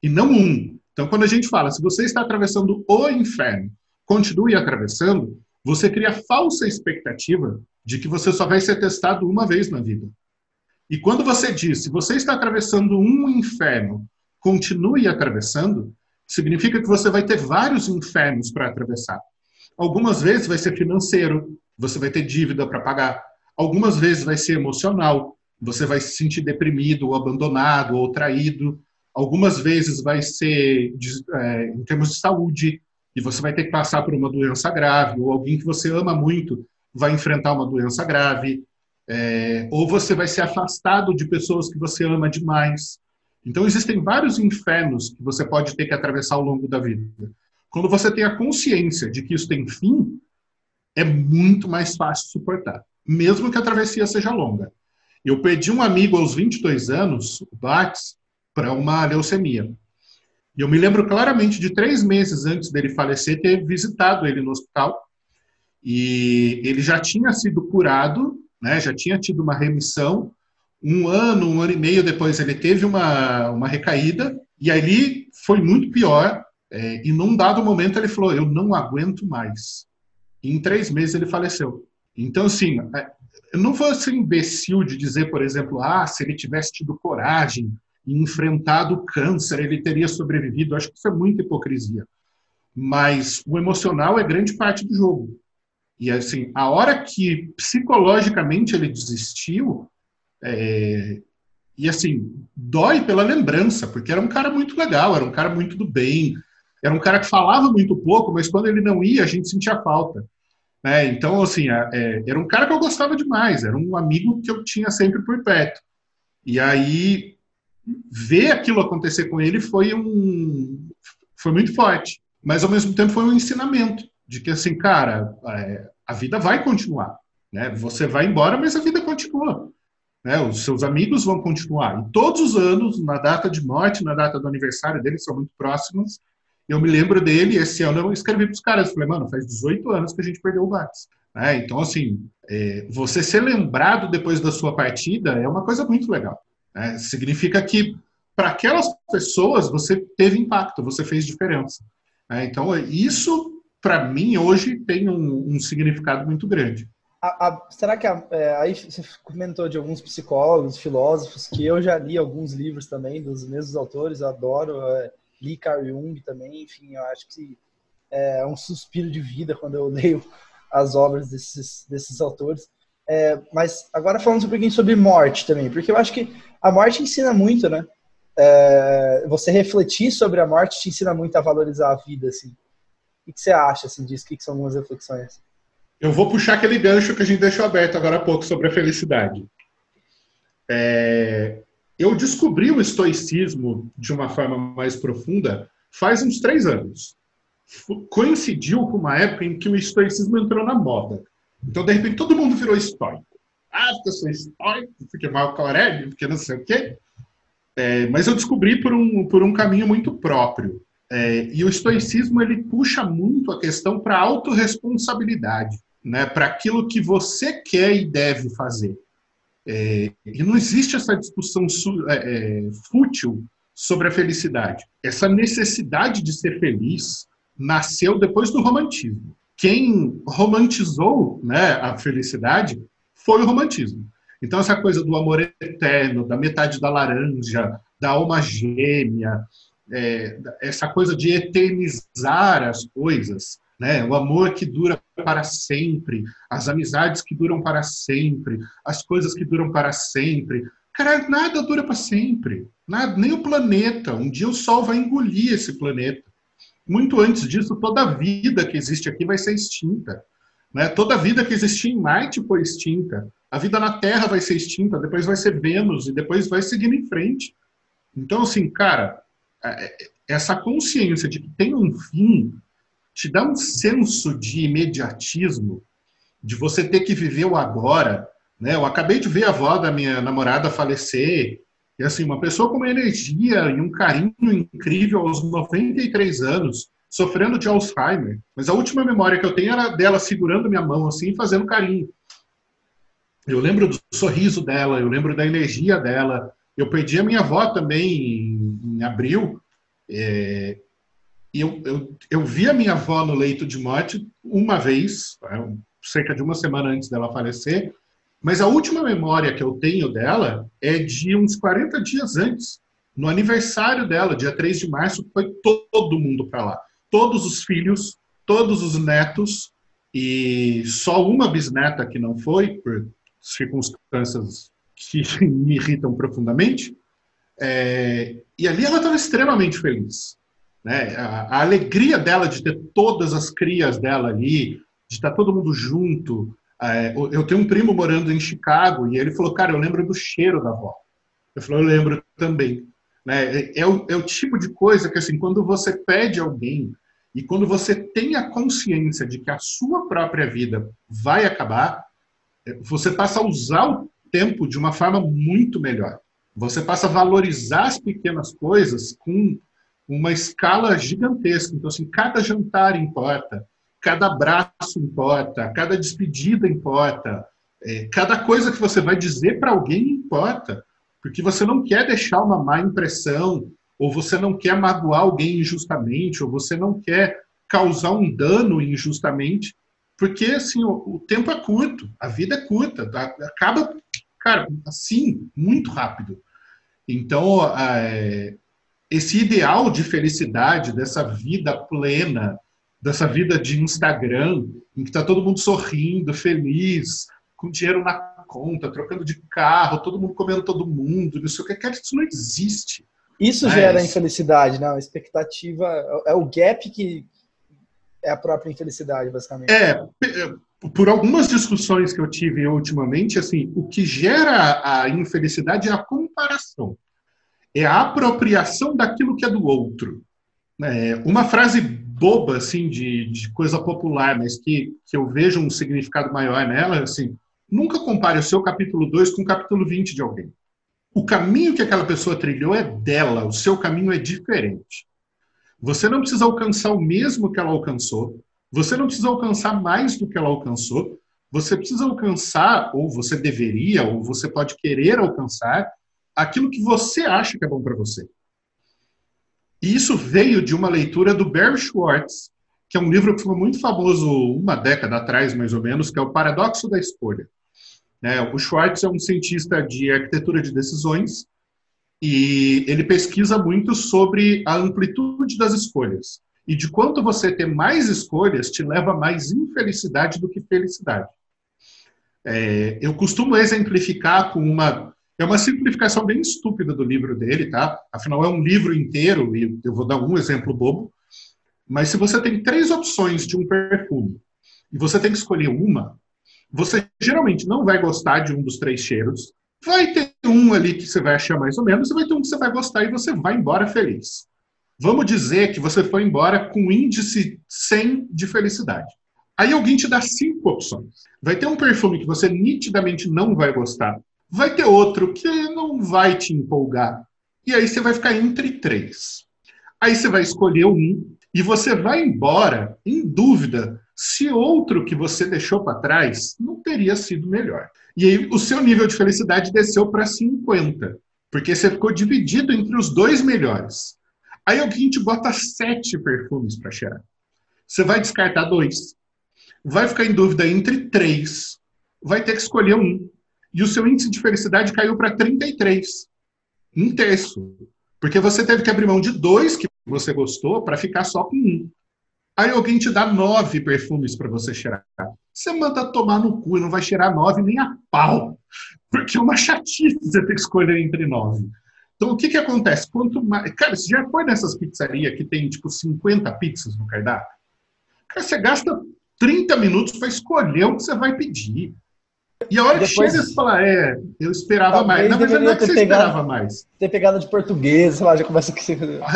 e não um. Então, quando a gente fala, se você está atravessando o inferno, continue atravessando, você cria a falsa expectativa de que você só vai ser testado uma vez na vida. E quando você diz, se você está atravessando um inferno, continue atravessando, significa que você vai ter vários infernos para atravessar. Algumas vezes vai ser financeiro, você vai ter dívida para pagar. Algumas vezes vai ser emocional, você vai se sentir deprimido, ou abandonado, ou traído. Algumas vezes vai ser de, é, em termos de saúde, e você vai ter que passar por uma doença grave, ou alguém que você ama muito vai enfrentar uma doença grave, é, ou você vai ser afastado de pessoas que você ama demais. Então, existem vários infernos que você pode ter que atravessar ao longo da vida. Quando você tem a consciência de que isso tem fim, é muito mais fácil suportar, mesmo que a travessia seja longa. Eu perdi um amigo aos vinte e dois anos, o Bax, para uma leucemia. E eu me lembro claramente de três meses antes dele falecer, ter visitado ele no hospital. E ele já tinha sido curado, né, já tinha tido uma remissão. Um ano, um ano e meio depois, ele teve uma, uma recaída. E aí foi muito pior. É, e num dado momento ele falou, eu não aguento mais. E em três meses ele faleceu. Então, assim, eu não vou ser imbecil de dizer, por exemplo, ah, se ele tivesse tido coragem e enfrentado o câncer, ele teria sobrevivido. Eu acho que isso é muita hipocrisia. Mas o emocional é grande parte do jogo. E, assim, a hora que psicologicamente ele desistiu, é, e, assim, dói pela lembrança, porque era um cara muito legal, era um cara muito do bem, era um cara que falava muito pouco, mas quando ele não ia, a gente sentia falta. Né? Então, assim, é, era um cara que eu gostava demais, era um amigo que eu tinha sempre por perto. E aí, ver aquilo acontecer com ele foi um foi muito forte, mas ao mesmo tempo foi um ensinamento de que, assim, cara, é, a vida vai continuar, né? Você vai embora, mas a vida continua, né? Os seus amigos vão continuar. E todos os anos, na data de morte, na data do aniversário dele, são muito próximos, eu me lembro dele, esse ano eu escrevi para os caras, falei, mano, faz dezoito anos que a gente perdeu o Bax. Né? Então, assim, é, você ser lembrado depois da sua partida é uma coisa muito legal. Né? Significa que, para aquelas pessoas, você teve impacto, você fez diferença. Né? Então, isso, para mim, hoje tem um, um significado muito grande. A, a, será que, a, é, aí você comentou de alguns psicólogos, filósofos, que eu já li alguns livros também, dos mesmos autores, eu adoro, é, li Carl Jung também, enfim, eu acho que é um suspiro de vida quando eu leio as obras desses, desses autores. É, mas agora falando um pouquinho sobre morte também, porque eu acho que a morte ensina muito, né? É, você refletir sobre a morte te ensina muito a valorizar a vida, assim. O que você acha, assim, disso? O que são algumas reflexões? Eu vou puxar aquele gancho que a gente deixou aberto agora há pouco sobre a felicidade. É, eu descobri o estoicismo de uma forma mais profunda faz uns três anos. Coincidiu com uma época em que o estoicismo entrou na moda. Então, de repente, todo mundo virou estoico. Ah, porque eu sou estoico, porque Marco Aurélio, porque não sei o quê. É, mas eu descobri por um, por um caminho muito próprio. É, e o estoicismo, ele puxa muito a questão para a autorresponsabilidade, né? Para aquilo que você quer e deve fazer. É, e não existe essa discussão é, é, fútil sobre a felicidade. Essa necessidade de ser feliz nasceu depois do romantismo. Quem romantizou, né, a felicidade foi o romantismo. Então, essa coisa do amor eterno, da metade da laranja, da alma gêmea, é, essa coisa de eternizar as coisas, né, o amor que dura para sempre, as amizades que duram para sempre, as coisas que duram para sempre. Cara, nada dura para sempre. Nada, nem o planeta. Um dia o Sol vai engolir esse planeta. Muito antes disso, toda a vida que existe aqui vai ser extinta. Né? Toda a vida que existia em Marte foi extinta. A vida na Terra vai ser extinta, depois vai ser Vênus, e depois vai seguindo em frente. Então, assim, cara, essa consciência de que tem um fim te dá um senso de imediatismo, de você ter que viver o agora. Né? Eu acabei de ver a avó da minha namorada falecer, e assim, uma pessoa com uma energia e um carinho incrível aos noventa e três anos, sofrendo de Alzheimer. Mas a última memória que eu tenho era dela segurando minha mão assim, fazendo carinho. Eu lembro do sorriso dela, eu lembro da energia dela. Eu perdi a minha avó também em, em abril, É, eu, eu, eu vi a minha avó no leito de morte uma vez, cerca de uma semana antes dela falecer, mas a última memória que eu tenho dela é de uns quarenta dias antes, no aniversário dela, dia três de março, foi todo mundo para lá. Todos os filhos, todos os netos, e só uma bisneta que não foi, por circunstâncias que me irritam profundamente. É, e ali ela estava extremamente feliz. Né? A, a alegria dela de ter todas as crias dela ali, de estar todo mundo junto. É, eu tenho um primo morando em Chicago e ele falou, cara, eu lembro do cheiro da avó. Eu falei, eu lembro também. Né? É, é, o, é o tipo de coisa que, assim, quando você pede alguém e quando você tem a consciência de que a sua própria vida vai acabar, você passa a usar o tempo de uma forma muito melhor. Você passa a valorizar as pequenas coisas com uma escala gigantesca. Então, assim, cada jantar importa, cada abraço importa, cada despedida importa, é, cada coisa que você vai dizer para alguém importa, porque você não quer deixar uma má impressão, ou você não quer magoar alguém injustamente, ou você não quer causar um dano injustamente, porque, assim, o, o tempo é curto, a vida é curta, tá? Acaba, cara, assim, muito rápido. Então, é, esse ideal de felicidade, dessa vida plena, dessa vida de Instagram, em que está todo mundo sorrindo, feliz, com dinheiro na conta, trocando de carro, todo mundo comendo todo mundo, não sei o que, cara, isso não existe. Isso Mas... gera infelicidade, né? A expectativa é o gap que é a própria infelicidade, basicamente. É, por algumas discussões que eu tive ultimamente, assim, o que gera a infelicidade é a comparação. É a apropriação daquilo que é do outro. É uma frase boba, assim, de, de coisa popular, mas que, que eu vejo um significado maior nela, assim, nunca compare o seu capítulo dois com o capítulo vinte de alguém. O caminho que aquela pessoa trilhou é dela, o seu caminho é diferente. Você não precisa alcançar o mesmo que ela alcançou, você não precisa alcançar mais do que ela alcançou, você precisa alcançar, ou você deveria, ou você pode querer alcançar, aquilo que você acha que é bom para você. E isso veio de uma leitura do Barry Schwartz, que é um livro que foi muito famoso uma década atrás, mais ou menos, que é o Paradoxo da Escolha. É, o Schwartz é um cientista de arquitetura de decisões e ele pesquisa muito sobre a amplitude das escolhas e de quanto você ter mais escolhas te leva a mais infelicidade do que felicidade. É, eu costumo exemplificar com uma... É uma simplificação bem estúpida do livro dele, tá? Afinal, é um livro inteiro e eu vou dar um exemplo bobo. Mas se você tem três opções de um perfume e você tem que escolher uma, você geralmente não vai gostar de um dos três cheiros, vai ter um ali que você vai achar mais ou menos, e vai ter um que você vai gostar e você vai embora feliz. Vamos dizer que você foi embora com índice cem de felicidade. Aí alguém te dá cinco opções. Vai ter um perfume que você nitidamente não vai gostar, vai ter outro que não vai te empolgar, e aí você vai ficar entre três. Aí você vai escolher um, e você vai embora em dúvida se outro que você deixou para trás não teria sido melhor. E aí o seu nível de felicidade desceu para cinquenta, porque você ficou dividido entre os dois melhores. Aí alguém te bota sete perfumes para cheirar. Você vai descartar dois, vai ficar em dúvida entre três, vai ter que escolher um. E o seu índice de felicidade caiu para trinta e três. Um terço. Porque você teve que abrir mão de dois que você gostou para ficar só com um. Aí alguém te dá nove perfumes para você cheirar. Você manda tomar no cu e não vai cheirar nove nem a pau. Porque é uma chatice você ter que escolher entre nove. Então, o que que acontece? Quanto mais... Cara, você já foi nessas pizzarias que tem, tipo, cinquenta pizzas no cardápio? Cara, você gasta trinta minutos para escolher o que você vai pedir. E a hora Depois, que chega, você fala, é, eu esperava mais. Na verdade, não é que você pegado, esperava mais. Ter pegado de português, sei lá, já começa a...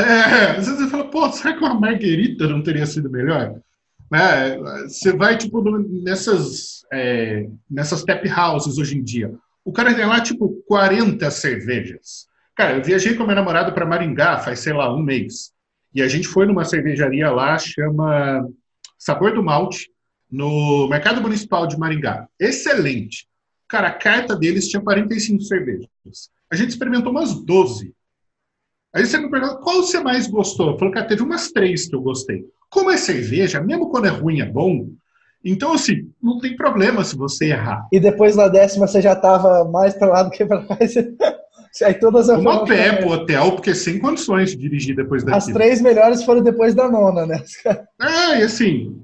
É, às vezes você fala, pô, será que uma marguerita não teria sido melhor? Né? Você vai, tipo, nessas, é, nessas tap houses hoje em dia. O cara tem lá, tipo, quarenta cervejas. Cara, eu viajei com a minha namorada para Maringá faz, sei lá, um mês. E a gente foi numa cervejaria lá, chama Sabor do Malte, no Mercado Municipal de Maringá. Excelente. Cara, a carta deles tinha quarenta e cinco cervejas. A gente experimentou umas doze. Aí você me pergunta, qual você mais gostou? Eu falo, cara, teve umas três que eu gostei. Como é cerveja, mesmo quando é ruim, é bom. Então, assim, não tem problema se você errar. E depois na décima você já estava mais para lá do que para cá. Aí todas Fomos a pé pro hotel, porque sem condições de dirigir depois daquilo. As três melhores foram depois da nona, né? É, e assim...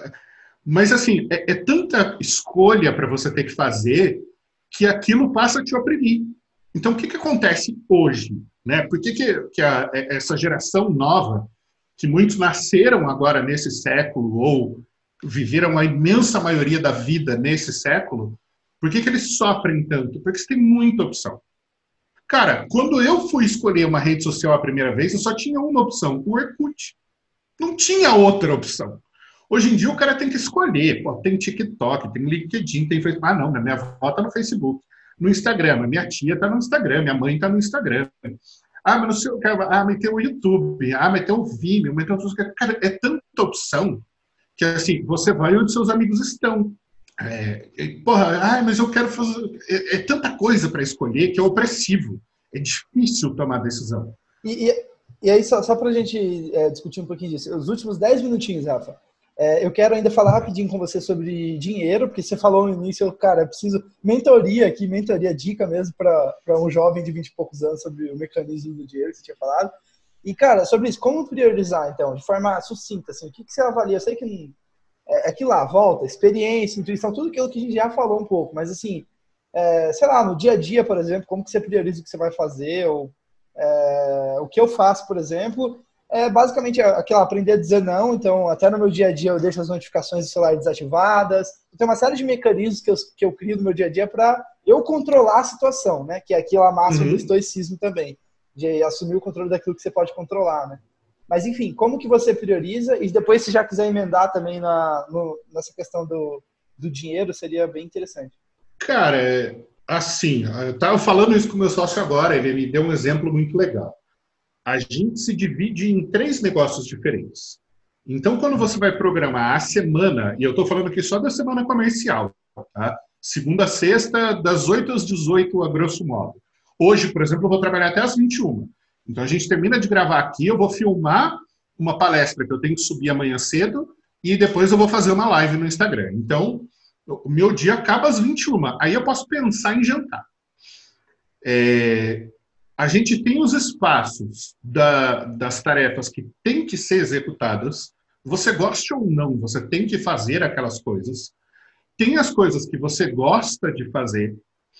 Mas, assim, é, é tanta escolha para você ter que fazer que aquilo passa a te oprimir. Então, o que, que acontece hoje? Né? Por que, que, que a, essa geração nova, que muitos nasceram agora nesse século, ou viveram a imensa maioria da vida nesse século, por que, que eles sofrem tanto? Porque você tem muita opção. Cara, quando eu fui escolher uma rede social a primeira vez, eu só tinha uma opção, o Orkut. Não tinha outra opção. Hoje em dia o cara tem que escolher. Pô, tem TikTok, tem LinkedIn, tem Facebook. Ah, não, minha avó tá no Facebook. No Instagram, minha tia tá no Instagram, minha mãe tá no Instagram. Ah, mas no seu, ah, mas tem o YouTube, ah, mas tem o Vimeo, mas tem outros... Cara, é tanta opção que, assim, você vai onde seus amigos estão. É, porra, ah, mas eu quero fazer... É, é tanta coisa para escolher que é opressivo. É difícil tomar decisão. E, e, e aí, só, só para a gente é, discutir um pouquinho disso, os últimos dez minutinhos, Rafa, é, eu quero ainda falar rapidinho com você sobre dinheiro, porque você falou no início, eu, cara, eu preciso mentoria aqui, mentoria, dica mesmo para um jovem de vinte e poucos anos sobre o mecanismo do dinheiro que você tinha falado. E, cara, sobre isso, como priorizar, então, de forma sucinta, assim, o que, que você avalia? Eu sei que não, é, é que lá, volta, experiência, intuição, tudo aquilo que a gente já falou um pouco, mas, assim, é, sei lá, no dia a dia, por exemplo, como que você prioriza o que você vai fazer, ou é, o que eu faço, por exemplo, é basicamente aquilo, aprender a dizer não. Então, até no meu dia a dia eu deixo as notificações do celular desativadas. Tem uma série de mecanismos que eu, que eu crio no meu dia a dia para eu controlar a situação, né? Que é aquilo a máxima uhum. do estoicismo também, de assumir o controle daquilo que você pode controlar, né? Mas, enfim, como que você prioriza? E depois, se já quiser emendar também na, no, nessa questão do, do dinheiro, seria bem interessante. Cara, assim, eu estava falando isso com o meu sócio agora, ele me deu um exemplo muito legal. A gente se divide em três negócios diferentes. Então, quando você vai programar a semana, e eu estou falando aqui só da semana comercial, tá? Segunda a sexta, das oito às dezoito, a grosso modo. Hoje, por exemplo, eu vou trabalhar até às vinte e uma. Então, a gente termina de gravar aqui, eu vou filmar uma palestra que eu tenho que subir amanhã cedo, e depois eu vou fazer uma live no Instagram. Então, o meu dia acaba às vinte e uma. Aí eu posso pensar em jantar. É... A gente tem os espaços da, das tarefas que têm que ser executadas. Você goste ou não, você tem que fazer aquelas coisas. Tem as coisas que você gosta de fazer.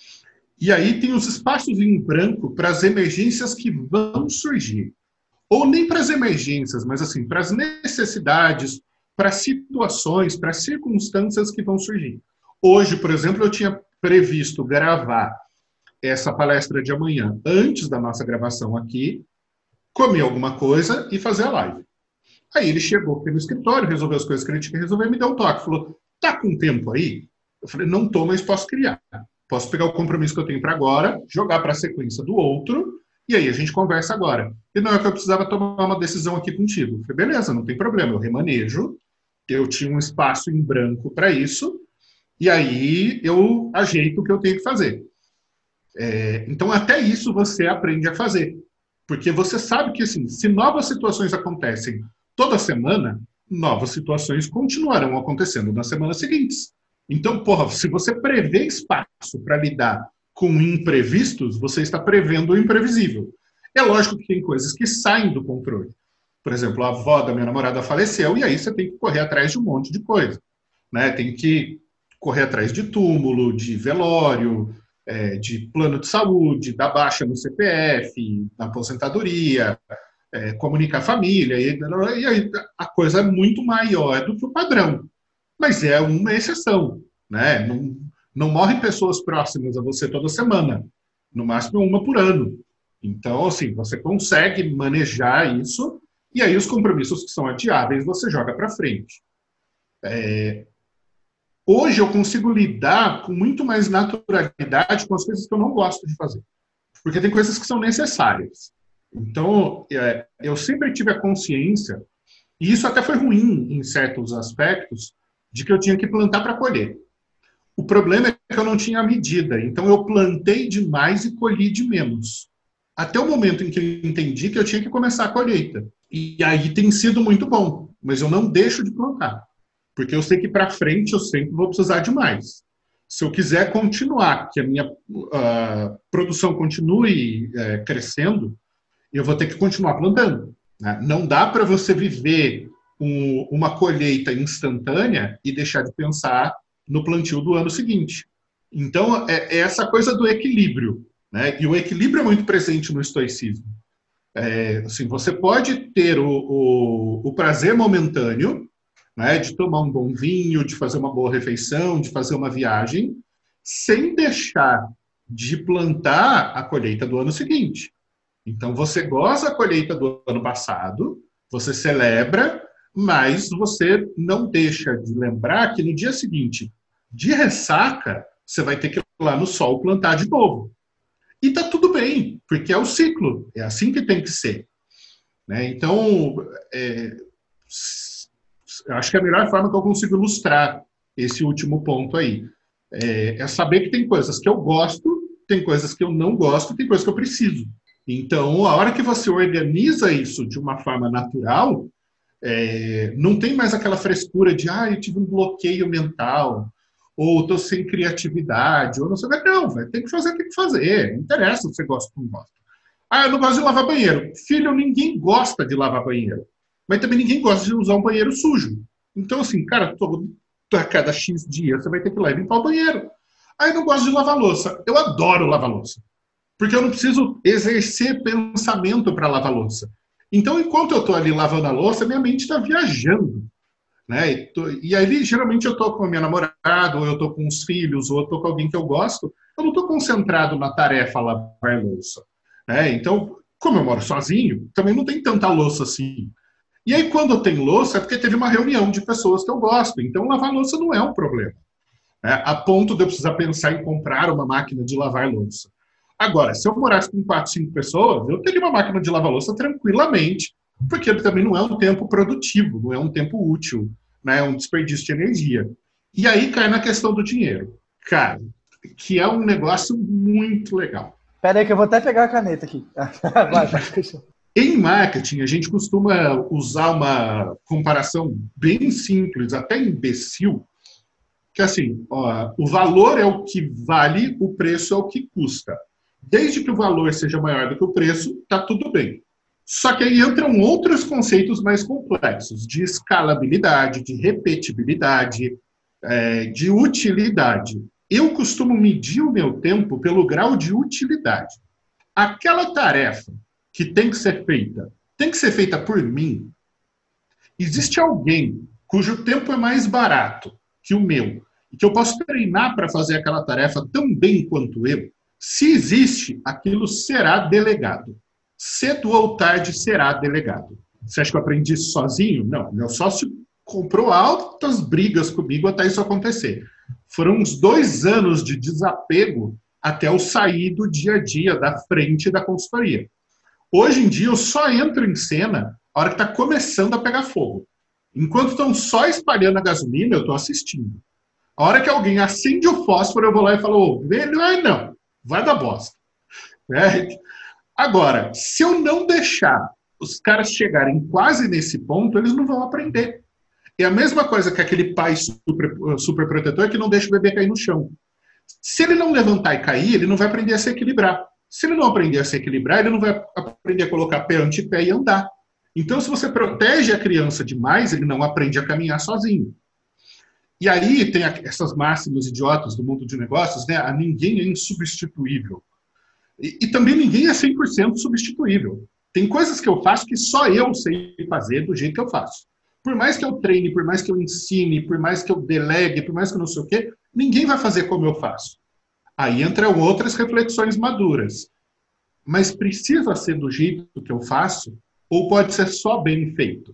E aí tem os espaços em branco para as emergências que vão surgir. Ou nem para as emergências, mas assim, para as necessidades, para situações, para circunstâncias que vão surgir. Hoje, por exemplo, eu tinha previsto gravar essa palestra de amanhã, antes da nossa gravação aqui, comer alguma coisa e fazer a live. Aí ele chegou aqui no escritório, resolveu as coisas que ele tinha que resolver, e me deu um toque. Falou, tá com tempo aí? Eu falei, não tô, mas posso criar. Posso pegar o compromisso que eu tenho para agora, jogar para a sequência do outro, e aí a gente conversa agora. E não é que eu precisava tomar uma decisão aqui contigo. Eu falei, beleza, não tem problema, eu remanejo. Eu tinha um espaço em branco para isso, e aí eu ajeito o que eu tenho que fazer. É, então, até isso você aprende a fazer. Porque você sabe que, assim, se novas situações acontecem toda semana, novas situações continuarão acontecendo nas semanas seguintes. Então, porra, se você prevê espaço para lidar com imprevistos, você está prevendo o imprevisível. É lógico que tem coisas que saem do controle. Por exemplo, a avó da minha namorada faleceu e aí você tem que correr atrás de um monte de coisa, né? Tem que correr atrás de túmulo, de velório, É, de plano de saúde, da baixa no C P F, da aposentadoria, é, comunicar a família, e, e aí a coisa é muito maior do que o padrão. Mas é uma exceção, né? Não, não morrem pessoas próximas a você toda semana, no máximo uma por ano. Então, assim, você consegue manejar isso, e aí os compromissos que são adiáveis você joga para frente. É, Hoje eu consigo lidar com muito mais naturalidade com as coisas que eu não gosto de fazer. Porque tem coisas que são necessárias. Então, é, eu sempre tive a consciência, e isso até foi ruim em certos aspectos, de que eu tinha que plantar para colher. O problema é que eu não tinha medida. Então, eu plantei demais e colhi de menos. até o momento em que eu entendi que eu tinha que começar a colheita. E aí tem sido muito bom, mas eu não deixo de plantar, porque eu sei que para frente eu sempre vou precisar de mais. Se eu quiser continuar, que a minha uh, produção continue uh, crescendo, eu vou ter que continuar plantando. Né? Não dá para você viver um, uma colheita instantânea e deixar de pensar no plantio do ano seguinte. Então, é, é essa coisa do equilíbrio. Né? E o equilíbrio é muito presente no estoicismo. É, assim, você pode ter o, o, o prazer momentâneo, né, de tomar um bom vinho, de fazer uma boa refeição, de fazer uma viagem, sem deixar de plantar a colheita do ano seguinte. Então, você goza a colheita do ano passado, você celebra, mas você não deixa de lembrar que no dia seguinte, de ressaca, você vai ter que ir lá no sol plantar de novo. E tá tudo bem, porque é o ciclo, é assim que tem que ser. Né? Então, é, acho que é a melhor forma que eu consigo ilustrar esse último ponto aí é, é saber que tem coisas que eu gosto, tem coisas que eu não gosto, tem coisas que eu preciso. Então, a hora que você organiza isso de uma forma natural, é, não tem mais aquela frescura de, ah, eu tive um bloqueio mental, ou estou sem criatividade, ou não sei o que. Não, véio, tem que fazer, tem que fazer. Não interessa se você gosta ou não gosta. Ah, eu não gosto de lavar banheiro. Filho, ninguém gosta de lavar banheiro. Mas também ninguém gosta de usar um banheiro sujo. Então, assim, cara, todo, a cada X dias você vai ter que ir lá e limpar o banheiro. Ah, eu não gosto de lavar louça. Eu adoro lavar louça. Porque eu não preciso exercer pensamento para lavar louça. Então, enquanto eu estou ali lavando a louça, minha mente está viajando. Né? E, tô, e aí, geralmente, eu estou com a minha namorada, ou eu estou com os filhos, ou eu estou com alguém que eu gosto, eu não estou concentrado na tarefa lavar louça. Né? Então, como eu moro sozinho, também não tem tanta louça assim. E aí, quando eu tenho louça, é porque teve uma reunião de pessoas que eu gosto. Então, lavar louça não é um problema. Né? A ponto de eu precisar pensar em comprar uma máquina de lavar louça. Agora, se eu morasse com quatro, cinco pessoas, eu teria uma máquina de lavar louça tranquilamente, porque também não é um tempo produtivo, não é um tempo útil, né? É um desperdício de energia. E aí cai na questão do dinheiro. Cara, que é um negócio muito legal. Pera aí que eu vou até pegar a caneta aqui. Vai, vai. Em marketing, a gente costuma usar uma comparação bem simples, até imbecil, que assim, ó, o valor é o que vale, o preço é o que custa. Desde que o valor seja maior do que o preço, está tudo bem. Só que aí entram outros conceitos mais complexos, de escalabilidade, de repetibilidade, é, de utilidade. Eu costumo medir o meu tempo pelo grau de utilidade. Aquela tarefa que tem que ser feita, tem que ser feita por mim. Existe alguém cujo tempo é mais barato que o meu, e que eu posso treinar para fazer aquela tarefa tão bem quanto eu? Se existe, aquilo será delegado. Cedo ou tarde será delegado. Você acha que eu aprendi isso sozinho? Não, meu sócio comprou altas brigas comigo até isso acontecer. Foram uns dois anos de desapego até eu sair do dia a dia, da frente da consultoria. Hoje em dia, eu só entro em cena a hora que está começando a pegar fogo. Enquanto estão só espalhando a gasolina, eu estou assistindo. A hora que alguém acende o fósforo, eu vou lá e falo, oh, não, não, vai dar bosta. É. Agora, se eu não deixar os caras chegarem quase nesse ponto, eles não vão aprender. É a mesma coisa que aquele pai super, super protetor que não deixa o bebê cair no chão. Se ele não levantar e cair, ele não vai aprender a se equilibrar. Se ele não aprender a se equilibrar, ele não vai aprender a colocar pé ante pé e andar. Então, se você protege a criança demais, ele não aprende a caminhar sozinho. E aí tem essas máximas idiotas do mundo de negócios, né? A ninguém é insubstituível. E, e também ninguém é cem por cento substituível. Tem coisas que eu faço que só eu sei fazer do jeito que eu faço. Por mais que eu treine, por mais que eu ensine, por mais que eu delegue, por mais que eu não sei o quê, ninguém vai fazer como eu faço. Aí entram outras reflexões maduras. Mas precisa ser do jeito que eu faço ou pode ser só bem feito?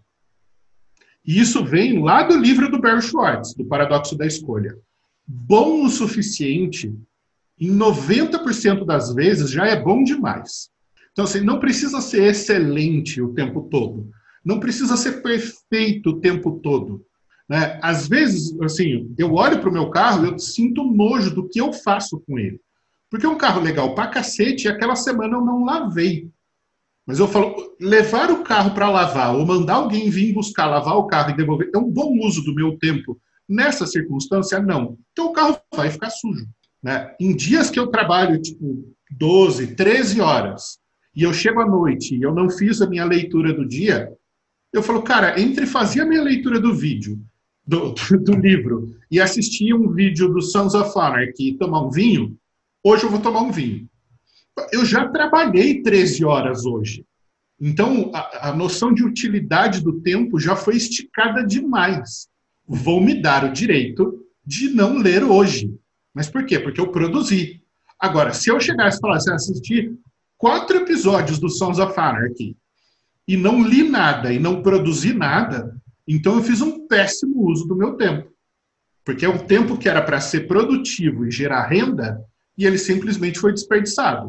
E isso vem lá do livro do Barry Schwartz, do Paradoxo da Escolha. Bom o suficiente, em noventa por cento das vezes, já é bom demais. Então, assim, não precisa ser excelente o tempo todo. Não precisa ser perfeito o tempo todo. Né? Às vezes, assim, eu olho para o meu carro e eu sinto nojo do que eu faço com ele. Porque é um carro legal pra cacete e aquela semana eu não lavei. Mas eu falo, levar o carro para lavar ou mandar alguém vir buscar, lavar o carro e devolver, é um bom uso do meu tempo. Nessa circunstância, não. Então o carro vai ficar sujo. Né? Em dias que eu trabalho, tipo, doze, treze horas, e eu chego à noite e eu não fiz a minha leitura do dia, eu falo, cara, entre fazer a minha leitura do vídeo, do, do livro, e assistir um vídeo do Sons of Anarchy e tomar um vinho, hoje eu vou tomar um vinho. Eu já trabalhei treze horas hoje. Então, a, a noção de utilidade do tempo já foi esticada demais. Vou me dar o direito de não ler hoje. Mas por quê? Porque eu produzi. Agora, se eu chegasse e falasse, assistir quatro episódios do Sons of Anarchy e não li nada e não produzi nada, então eu fiz um péssimo uso do meu tempo. Porque é um tempo que era para ser produtivo e gerar renda, e ele simplesmente foi desperdiçado.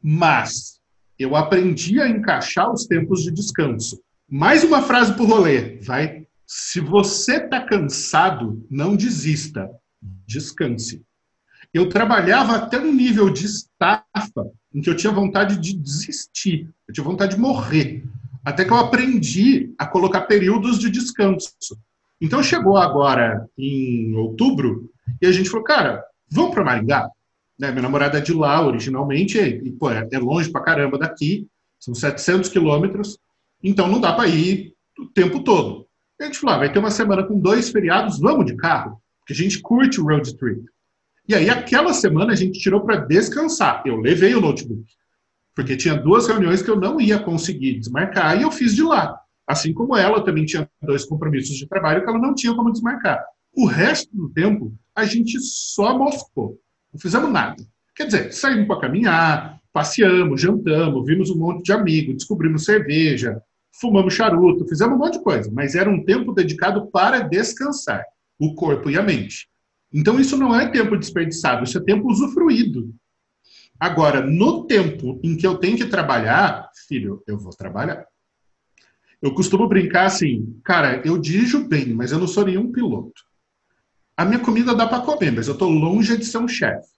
Mas eu aprendi a encaixar os tempos de descanso. Mais uma frase para o rolê. Vai. Se você está cansado, não desista. Descanse. Eu trabalhava até um nível de estafa em que eu tinha vontade de desistir. Eu tinha vontade de morrer. Até que eu aprendi a colocar períodos de descanso. Então chegou agora em outubro e a gente falou, cara, vamos para Maringá? Né, minha namorada é de lá originalmente, e, pô, é longe pra caramba daqui, são setecentos quilômetros, então não dá para ir o tempo todo. E a gente falou, ah, vai ter uma semana com dois feriados, vamos de carro, porque a gente curte o road trip. E aí aquela semana a gente tirou para descansar. Eu levei o notebook, porque tinha duas reuniões que eu não ia conseguir desmarcar, e eu fiz de lá. Assim como ela também tinha dois compromissos de trabalho que ela não tinha como desmarcar. O resto do tempo, a gente só moscou. Não fizemos nada. Quer dizer, saímos para caminhar, passeamos, jantamos, vimos um monte de amigos, descobrimos cerveja, fumamos charuto, fizemos um monte de coisa. Mas era um tempo dedicado para descansar o corpo e a mente. Então isso não é tempo desperdiçado, isso é tempo usufruído. Agora, no tempo em que eu tenho que trabalhar, filho, eu vou trabalhar. Eu costumo brincar assim, cara, eu dirijo bem, mas eu não sou nenhum piloto. A minha comida dá para comer, mas eu estou longe de ser um chefe.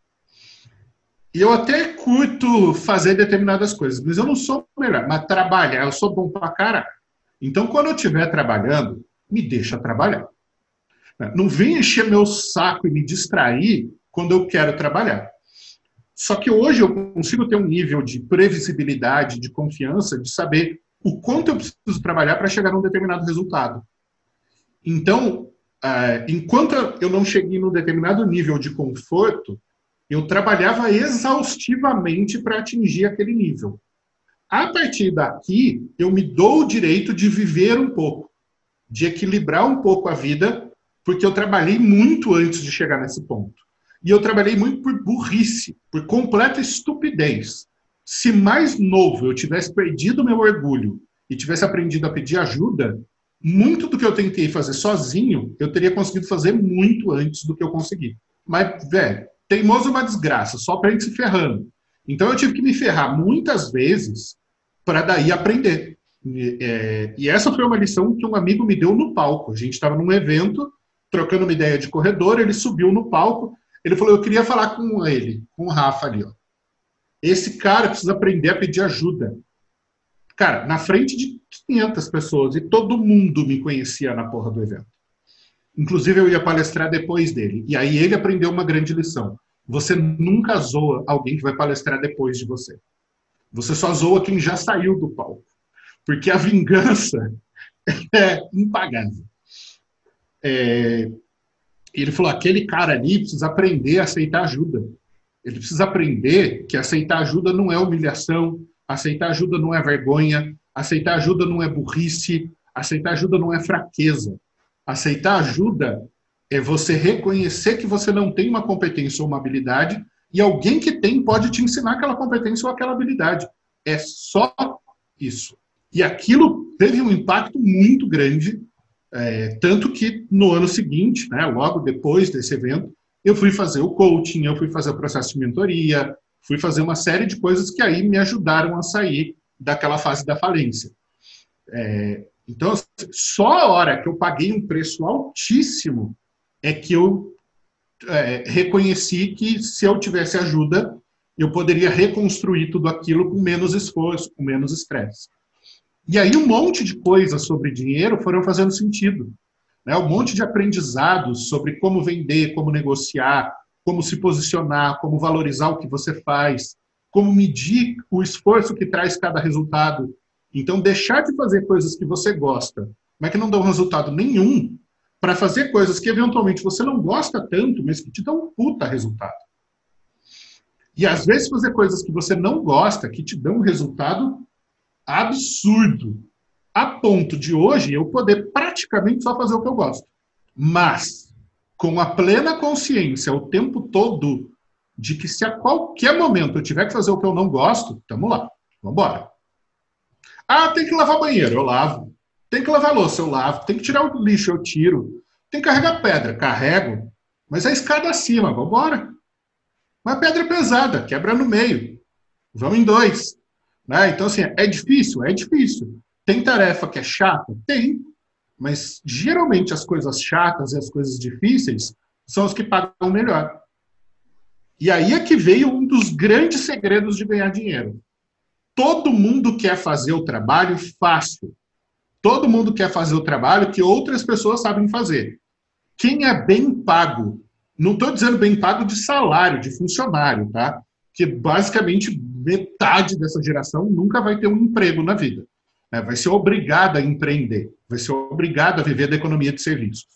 E eu até curto fazer determinadas coisas, mas eu não sou o melhor. Mas trabalhar, eu sou bom pra caralho. Então, quando eu estiver trabalhando, me deixa trabalhar. Não vem encher meu saco e me distrair quando eu quero trabalhar. Só que hoje eu consigo ter um nível de previsibilidade, de confiança, de saber o quanto eu preciso trabalhar para chegar num determinado resultado. Então, Uh, enquanto eu não cheguei num determinado nível de conforto, eu trabalhava exaustivamente para atingir aquele nível. A partir daqui, eu me dou o direito de viver um pouco, de equilibrar um pouco a vida, porque eu trabalhei muito antes de chegar nesse ponto. E eu trabalhei muito por burrice, por completa estupidez. Se mais novo eu tivesse perdido meu orgulho e tivesse aprendido a pedir ajuda, muito do que eu tentei fazer sozinho, eu teria conseguido fazer muito antes do que eu consegui. Mas, velho, teimoso é uma desgraça, só pra gente se ferrando. Então eu tive que me ferrar muitas vezes para daí aprender. E, é, e essa foi uma lição que um amigo me deu no palco. A gente estava num evento, trocando uma ideia de corredor, ele subiu no palco, ele falou, eu queria falar com ele, com o Rafa ali, ó. Esse cara precisa aprender a pedir ajuda. Cara, na frente de quinhentas pessoas, e todo mundo me conhecia na porra do evento. Inclusive, eu ia palestrar depois dele. E aí ele aprendeu uma grande lição. Você nunca zoa alguém que vai palestrar depois de você. Você só zoa quem já saiu do palco. Porque a vingança é impagável. É... Ele falou, aquele cara ali precisa aprender a aceitar ajuda. Ele precisa aprender que aceitar ajuda não é humilhação, aceitar ajuda não é vergonha, aceitar ajuda não é burrice, aceitar ajuda não é fraqueza. Aceitar ajuda é você reconhecer que você não tem uma competência ou uma habilidade e alguém que tem pode te ensinar aquela competência ou aquela habilidade. É só isso. E aquilo teve um impacto muito grande, é, tanto que no ano seguinte, né, logo depois desse evento, eu fui fazer o coaching, eu fui fazer o processo de mentoria, fui fazer uma série de coisas que aí me ajudaram a sair daquela fase da falência. É, então, só a hora que eu paguei um preço altíssimo é que eu é, reconheci que se eu tivesse ajuda, eu poderia reconstruir tudo aquilo com menos esforço, com menos estresse. E aí um monte de coisas sobre dinheiro foram fazendo sentido. Né? Um monte de aprendizados sobre como vender, como negociar, como se posicionar, como valorizar o que você faz, como medir o esforço que traz cada resultado. Então, deixar de fazer coisas que você gosta, mas que não dão resultado nenhum, para fazer coisas que eventualmente você não gosta tanto, mas que te dão um puta resultado. E às vezes fazer coisas que você não gosta, que te dão um resultado absurdo, a ponto de hoje eu poder praticamente só fazer o que eu gosto. Mas, com a plena consciência o tempo todo de que se a qualquer momento eu tiver que fazer o que eu não gosto, tamo lá, vambora. Ah, tem que lavar banheiro, eu lavo. Tem que lavar louça, eu lavo. Tem que tirar o lixo, eu tiro. Tem que carregar pedra, carrego. Mas a escada acima, vambora. Uma pedra pesada, quebra no meio. Vamos em dois. Né? Então, assim, é difícil? É difícil. Tem tarefa que é chata? Tem. Mas, geralmente, as coisas chatas e as coisas difíceis são as que pagam melhor. E aí é que veio um dos grandes segredos de ganhar dinheiro. Todo mundo quer fazer o trabalho fácil. Todo mundo quer fazer o trabalho que outras pessoas sabem fazer. Quem é bem pago, não estou dizendo bem pago de salário, de funcionário, tá? Que basicamente metade dessa geração nunca vai ter um emprego na vida. Né? Vai ser obrigada a empreender, vai ser obrigada a viver da economia de serviços.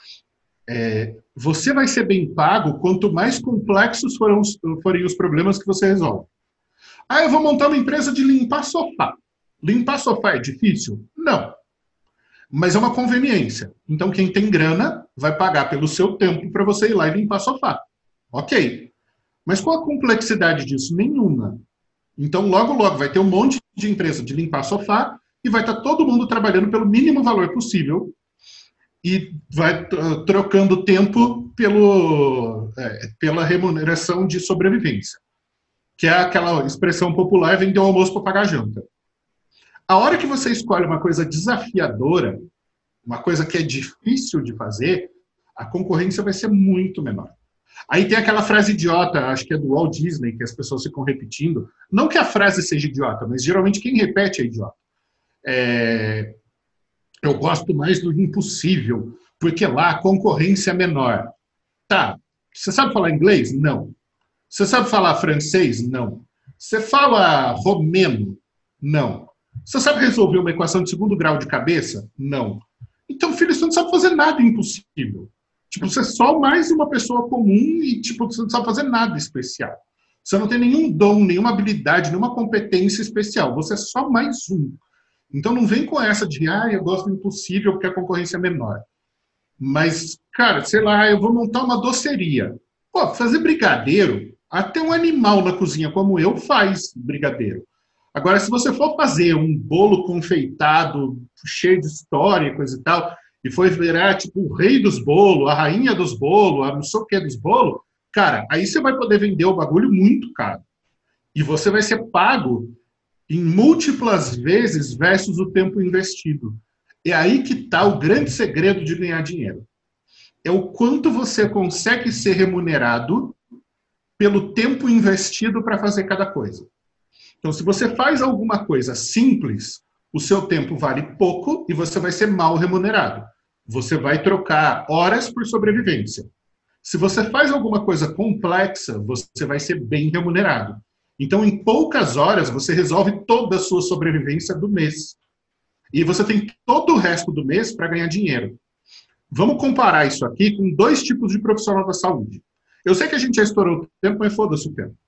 É, você vai ser bem pago quanto mais complexos forem os, forem os problemas que você resolve. Ah, eu vou montar uma empresa de limpar sofá. Limpar sofá é difícil? Não. Mas é uma conveniência. Então, quem tem grana vai pagar pelo seu tempo para você ir lá e limpar sofá. Ok. Mas qual a complexidade disso? Nenhuma. Então, logo, logo, vai ter um monte de empresa de limpar sofá e vai estar todo mundo trabalhando pelo mínimo valor possível e vai uh, trocando tempo pelo, é, pela remuneração de sobrevivência, que é aquela expressão popular, vender o almoço para pagar a janta. A hora que você escolhe uma coisa desafiadora, uma coisa que é difícil de fazer, a concorrência vai ser muito menor. Aí tem aquela frase idiota, acho que é do Walt Disney, que as pessoas ficam repetindo. Não que a frase seja idiota, mas geralmente quem repete é idiota. É... Eu gosto mais do impossível, porque lá a concorrência é menor. Tá, você sabe falar inglês? Não. Você sabe falar francês? Não. Você fala romeno? Não. Você sabe resolver uma equação de segundo grau de cabeça? Não. Então, filho, você não sabe fazer nada impossível. Tipo, você é só mais uma pessoa comum e, tipo, você não sabe fazer nada especial. Você não tem nenhum dom, nenhuma habilidade, nenhuma competência especial. Você é só mais um. Então, não vem com essa de, ah, eu gosto do impossível porque a concorrência é menor. Mas, cara, sei lá, eu vou montar uma doceria. Pô, fazer brigadeiro, até um animal na cozinha como eu faz brigadeiro. Agora, se você for fazer um bolo confeitado, cheio de história, coisa e tal, e for virar, tipo, o rei dos bolos, a rainha dos bolos, a não sei o que dos bolos, cara, aí você vai poder vender o bagulho muito caro. E você vai ser pago em múltiplas vezes versus o tempo investido. É aí que está o grande segredo de ganhar dinheiro. É o quanto você consegue ser remunerado pelo tempo investido para fazer cada coisa. Então, se você faz alguma coisa simples, o seu tempo vale pouco e você vai ser mal remunerado. Você vai trocar horas por sobrevivência. Se você faz alguma coisa complexa, você vai ser bem remunerado. Então, em poucas horas, você resolve toda a sua sobrevivência do mês. E você tem todo o resto do mês para ganhar dinheiro. Vamos comparar isso aqui com dois tipos de profissional da saúde. Eu sei que a gente já estourou o tempo, mas foda-se o tempo.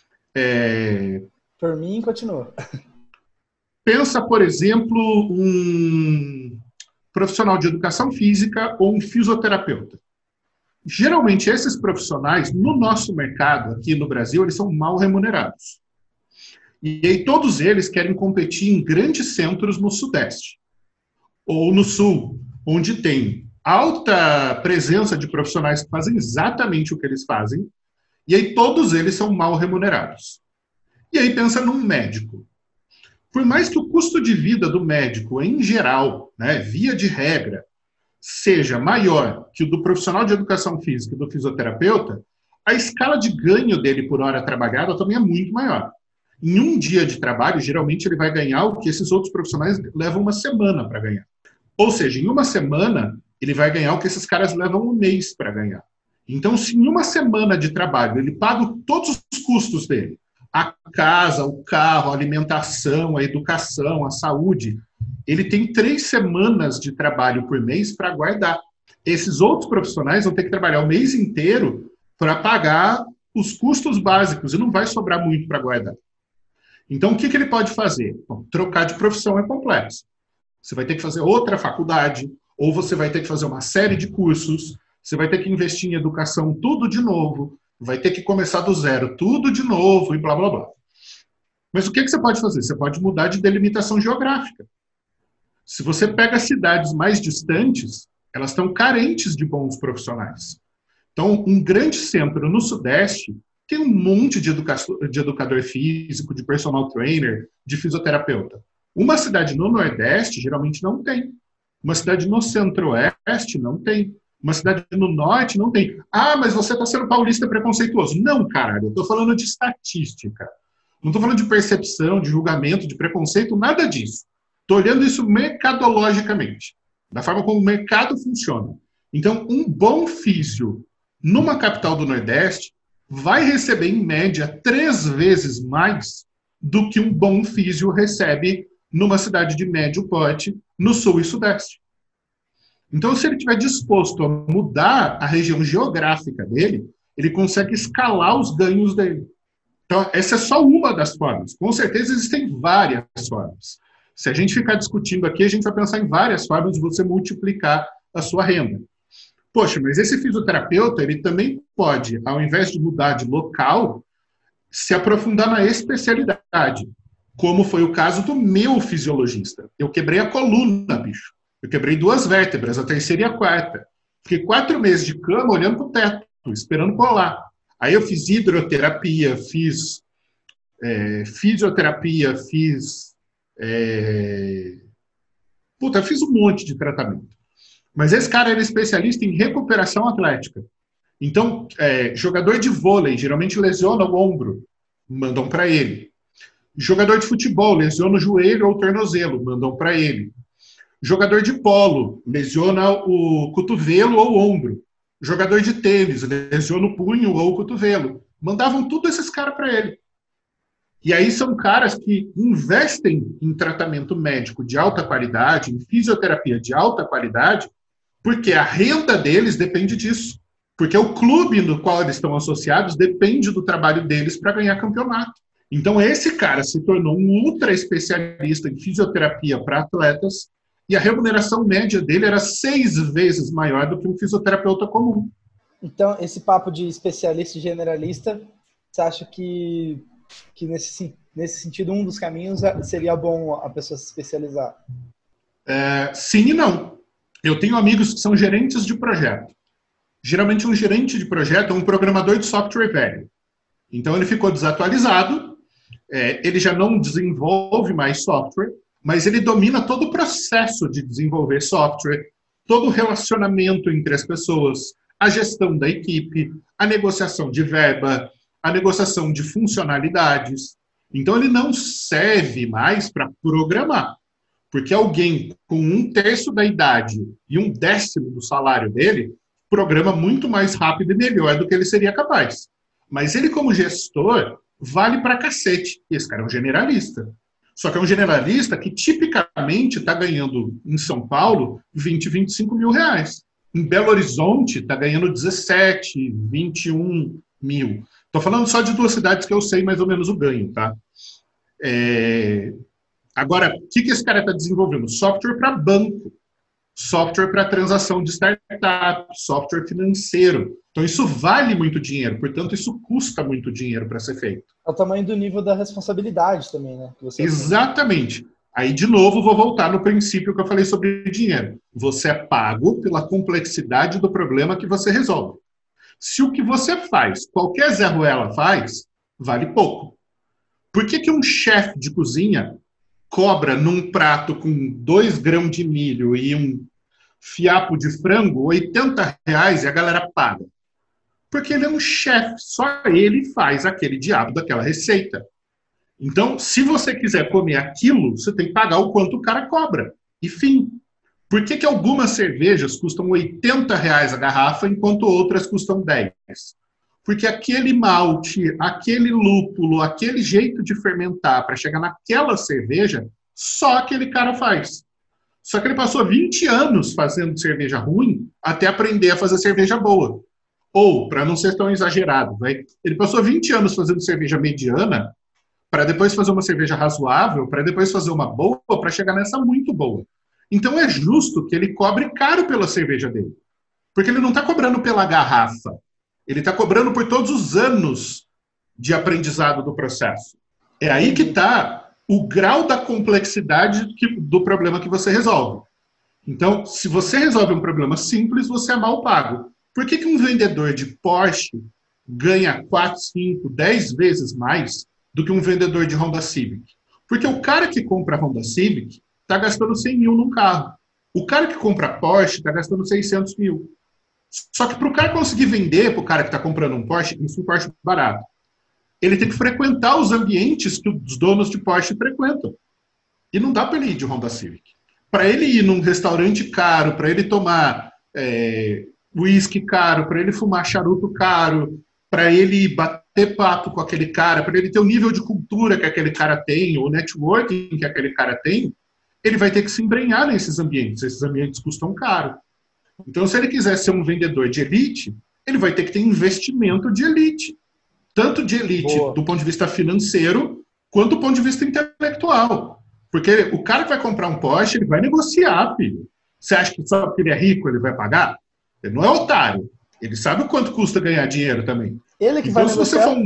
É... Por mim, continua. Pensa, por exemplo, um profissional de educação física ou um fisioterapeuta. Geralmente, esses profissionais, no nosso mercado, aqui no Brasil, eles são mal remunerados. E aí todos eles querem competir em grandes centros no Sudeste ou no Sul, onde tem alta presença de profissionais que fazem exatamente o que eles fazem, e aí todos eles são mal remunerados. E aí pensa num médico. Por mais que o custo de vida do médico, em geral, né, via de regra, seja maior que o do profissional de educação física e do fisioterapeuta, a escala de ganho dele por hora trabalhada também é muito maior. Em um dia de trabalho, geralmente ele vai ganhar o que esses outros profissionais levam uma semana para ganhar. Ou seja, em uma semana, ele vai ganhar o que esses caras levam um mês para ganhar. Então, se em uma semana de trabalho ele paga todos os custos dele, a casa, o carro, a alimentação, a educação, a saúde, ele tem três semanas de trabalho por mês para guardar. Esses outros profissionais vão ter que trabalhar o mês inteiro para pagar os custos básicos e não vai sobrar muito para guardar. Então, o que, que ele pode fazer? Bom, trocar de profissão é complexo. Você vai ter que fazer outra faculdade, ou você vai ter que fazer uma série de cursos, você vai ter que investir em educação tudo de novo, vai ter que começar do zero tudo de novo e blá, blá, blá. Mas o que, que você pode fazer? Você pode mudar de delimitação geográfica. Se você pega cidades mais distantes, elas estão carentes de bons profissionais. Então, um grande centro no Sudeste tem um monte de, educa de educador físico, de personal trainer, de fisioterapeuta. Uma cidade no Nordeste, geralmente, não tem. Uma cidade no Centro-Oeste, não tem. Uma cidade no Norte, não tem. Ah, mas você está sendo paulista preconceituoso. Não, caralho, eu estou falando de estatística. Não estou falando de percepção, de julgamento, de preconceito, nada disso. Estou olhando isso mercadologicamente, da forma como o mercado funciona. Então, um bom físio numa capital do Nordeste vai receber, em média, três vezes mais do que um bom físio recebe numa cidade de médio porte no Sul e Sudeste. Então, se ele estiver disposto a mudar a região geográfica dele, ele consegue escalar os ganhos dele. Então, essa é só uma das formas. Com certeza existem várias formas. Se a gente ficar discutindo aqui, a gente vai pensar em várias formas de você multiplicar a sua renda. Poxa, mas esse fisioterapeuta, ele também pode, ao invés de mudar de local, se aprofundar na especialidade, como foi o caso do meu fisiologista. Eu quebrei a coluna, bicho. Eu quebrei duas vértebras, a terceira e a quarta. Fiquei quatro meses de cama olhando para o teto, esperando colar. Aí eu fiz hidroterapia, fiz é, fisioterapia, fiz... É... Puta, fiz um monte de tratamento. Mas esse cara era especialista em recuperação atlética. Então, é, jogador de vôlei, geralmente lesiona o ombro, mandam para ele. Jogador de futebol, lesiona o joelho ou o tornozelo, mandam para ele. Jogador de polo, lesiona o cotovelo ou o ombro. Jogador de tênis, lesiona o punho ou o cotovelo. Mandavam tudo esses caras para ele. E aí são caras que investem em tratamento médico de alta qualidade, em fisioterapia de alta qualidade, porque a renda deles depende disso. Porque o clube no qual eles estão associados depende do trabalho deles para ganhar campeonato. Então esse cara se tornou um ultra especialista em fisioterapia para atletas e a remuneração média dele era seis vezes maior do que um fisioterapeuta comum. Então, esse papo de especialista e generalista, você acha que, que nesse, nesse sentido, um dos caminhos seria bom a pessoa se especializar? É, sim e não. Eu tenho amigos que são gerentes de projeto. Geralmente um gerente de projeto é um programador de software velho. Então ele ficou desatualizado, é, ele já não desenvolve mais software, mas ele domina todo o processo de desenvolver software, todo o relacionamento entre as pessoas, a gestão da equipe, a negociação de verba, a negociação de funcionalidades. Então ele não serve mais para programar, porque alguém com um terço da idade e um décimo do salário dele programa muito mais rápido e melhor do que ele seria capaz. Mas ele, como gestor, vale pra cacete. Esse cara é um generalista. Só que é um generalista que tipicamente está ganhando em São Paulo vinte, vinte e cinco mil reais. Em Belo Horizonte está ganhando dezessete, vinte e um mil. Estou falando só de duas cidades que eu sei mais ou menos o ganho, tá? É... Agora, o que, que esse cara está desenvolvendo? Software para banco. Software para transação de startup, software financeiro. Então, isso vale muito dinheiro, portanto, isso custa muito dinheiro para ser feito. É o tamanho do nível da responsabilidade também, né? Que você Exatamente. Tem. Aí, de novo, vou voltar no princípio que eu falei sobre dinheiro. Você é pago pela complexidade do problema que você resolve. Se o que você faz, qualquer Zé Ruela faz, vale pouco. Por que que um chefe de cozinha cobra num prato com dois grãos de milho e um fiapo de frango oitenta reais e a galera paga? Porque ele é um chefe, só ele faz aquele diabo daquela receita. Então, se você quiser comer aquilo, você tem que pagar o quanto o cara cobra. E fim. Por que que algumas cervejas custam oitenta reais a garrafa, enquanto outras custam dez? Porque aquele malte, aquele lúpulo, aquele jeito de fermentar para chegar naquela cerveja, só aquele cara faz. Só que ele passou vinte anos fazendo cerveja ruim até aprender a fazer cerveja boa. Ou, para não ser tão exagerado, vai, ele passou vinte anos fazendo cerveja mediana para depois fazer uma cerveja razoável, para depois fazer uma boa, para chegar nessa muito boa. Então é justo que ele cobre caro pela cerveja dele. Porque ele não está cobrando pela garrafa. Ele está cobrando por todos os anos de aprendizado do processo. É aí que está o grau da complexidade que, do problema que você resolve. Então, se você resolve um problema simples, você é mal pago. Por que que um vendedor de Porsche ganha quatro, cinco, dez vezes mais do que um vendedor de Honda Civic? Porque o cara que compra Honda Civic está gastando cem mil num carro. O cara que compra Porsche está gastando seiscentos mil. Só que para o cara conseguir vender para o cara que está comprando um Porsche, isso é um Porsche barato, ele tem que frequentar os ambientes que os donos de Porsche frequentam. E não dá para ele ir de Honda Civic. Para ele ir num restaurante caro, para ele tomar é, uísque caro, para ele fumar charuto caro, para ele bater papo com aquele cara, para ele ter o nível de cultura que aquele cara tem, o networking que aquele cara tem, ele vai ter que se embrenhar nesses ambientes. Esses ambientes custam caro. Então, se ele quiser ser um vendedor de elite, ele vai ter que ter investimento de elite. Tanto de elite Boa. do ponto de vista financeiro, quanto do ponto de vista intelectual. Porque o cara que vai comprar um Porsche, ele vai negociar, filho. Você acha que só porque ele é rico ele vai pagar? Ele não é otário. Ele sabe o quanto custa ganhar dinheiro também. Ele que então, vai se negociar? Você for um...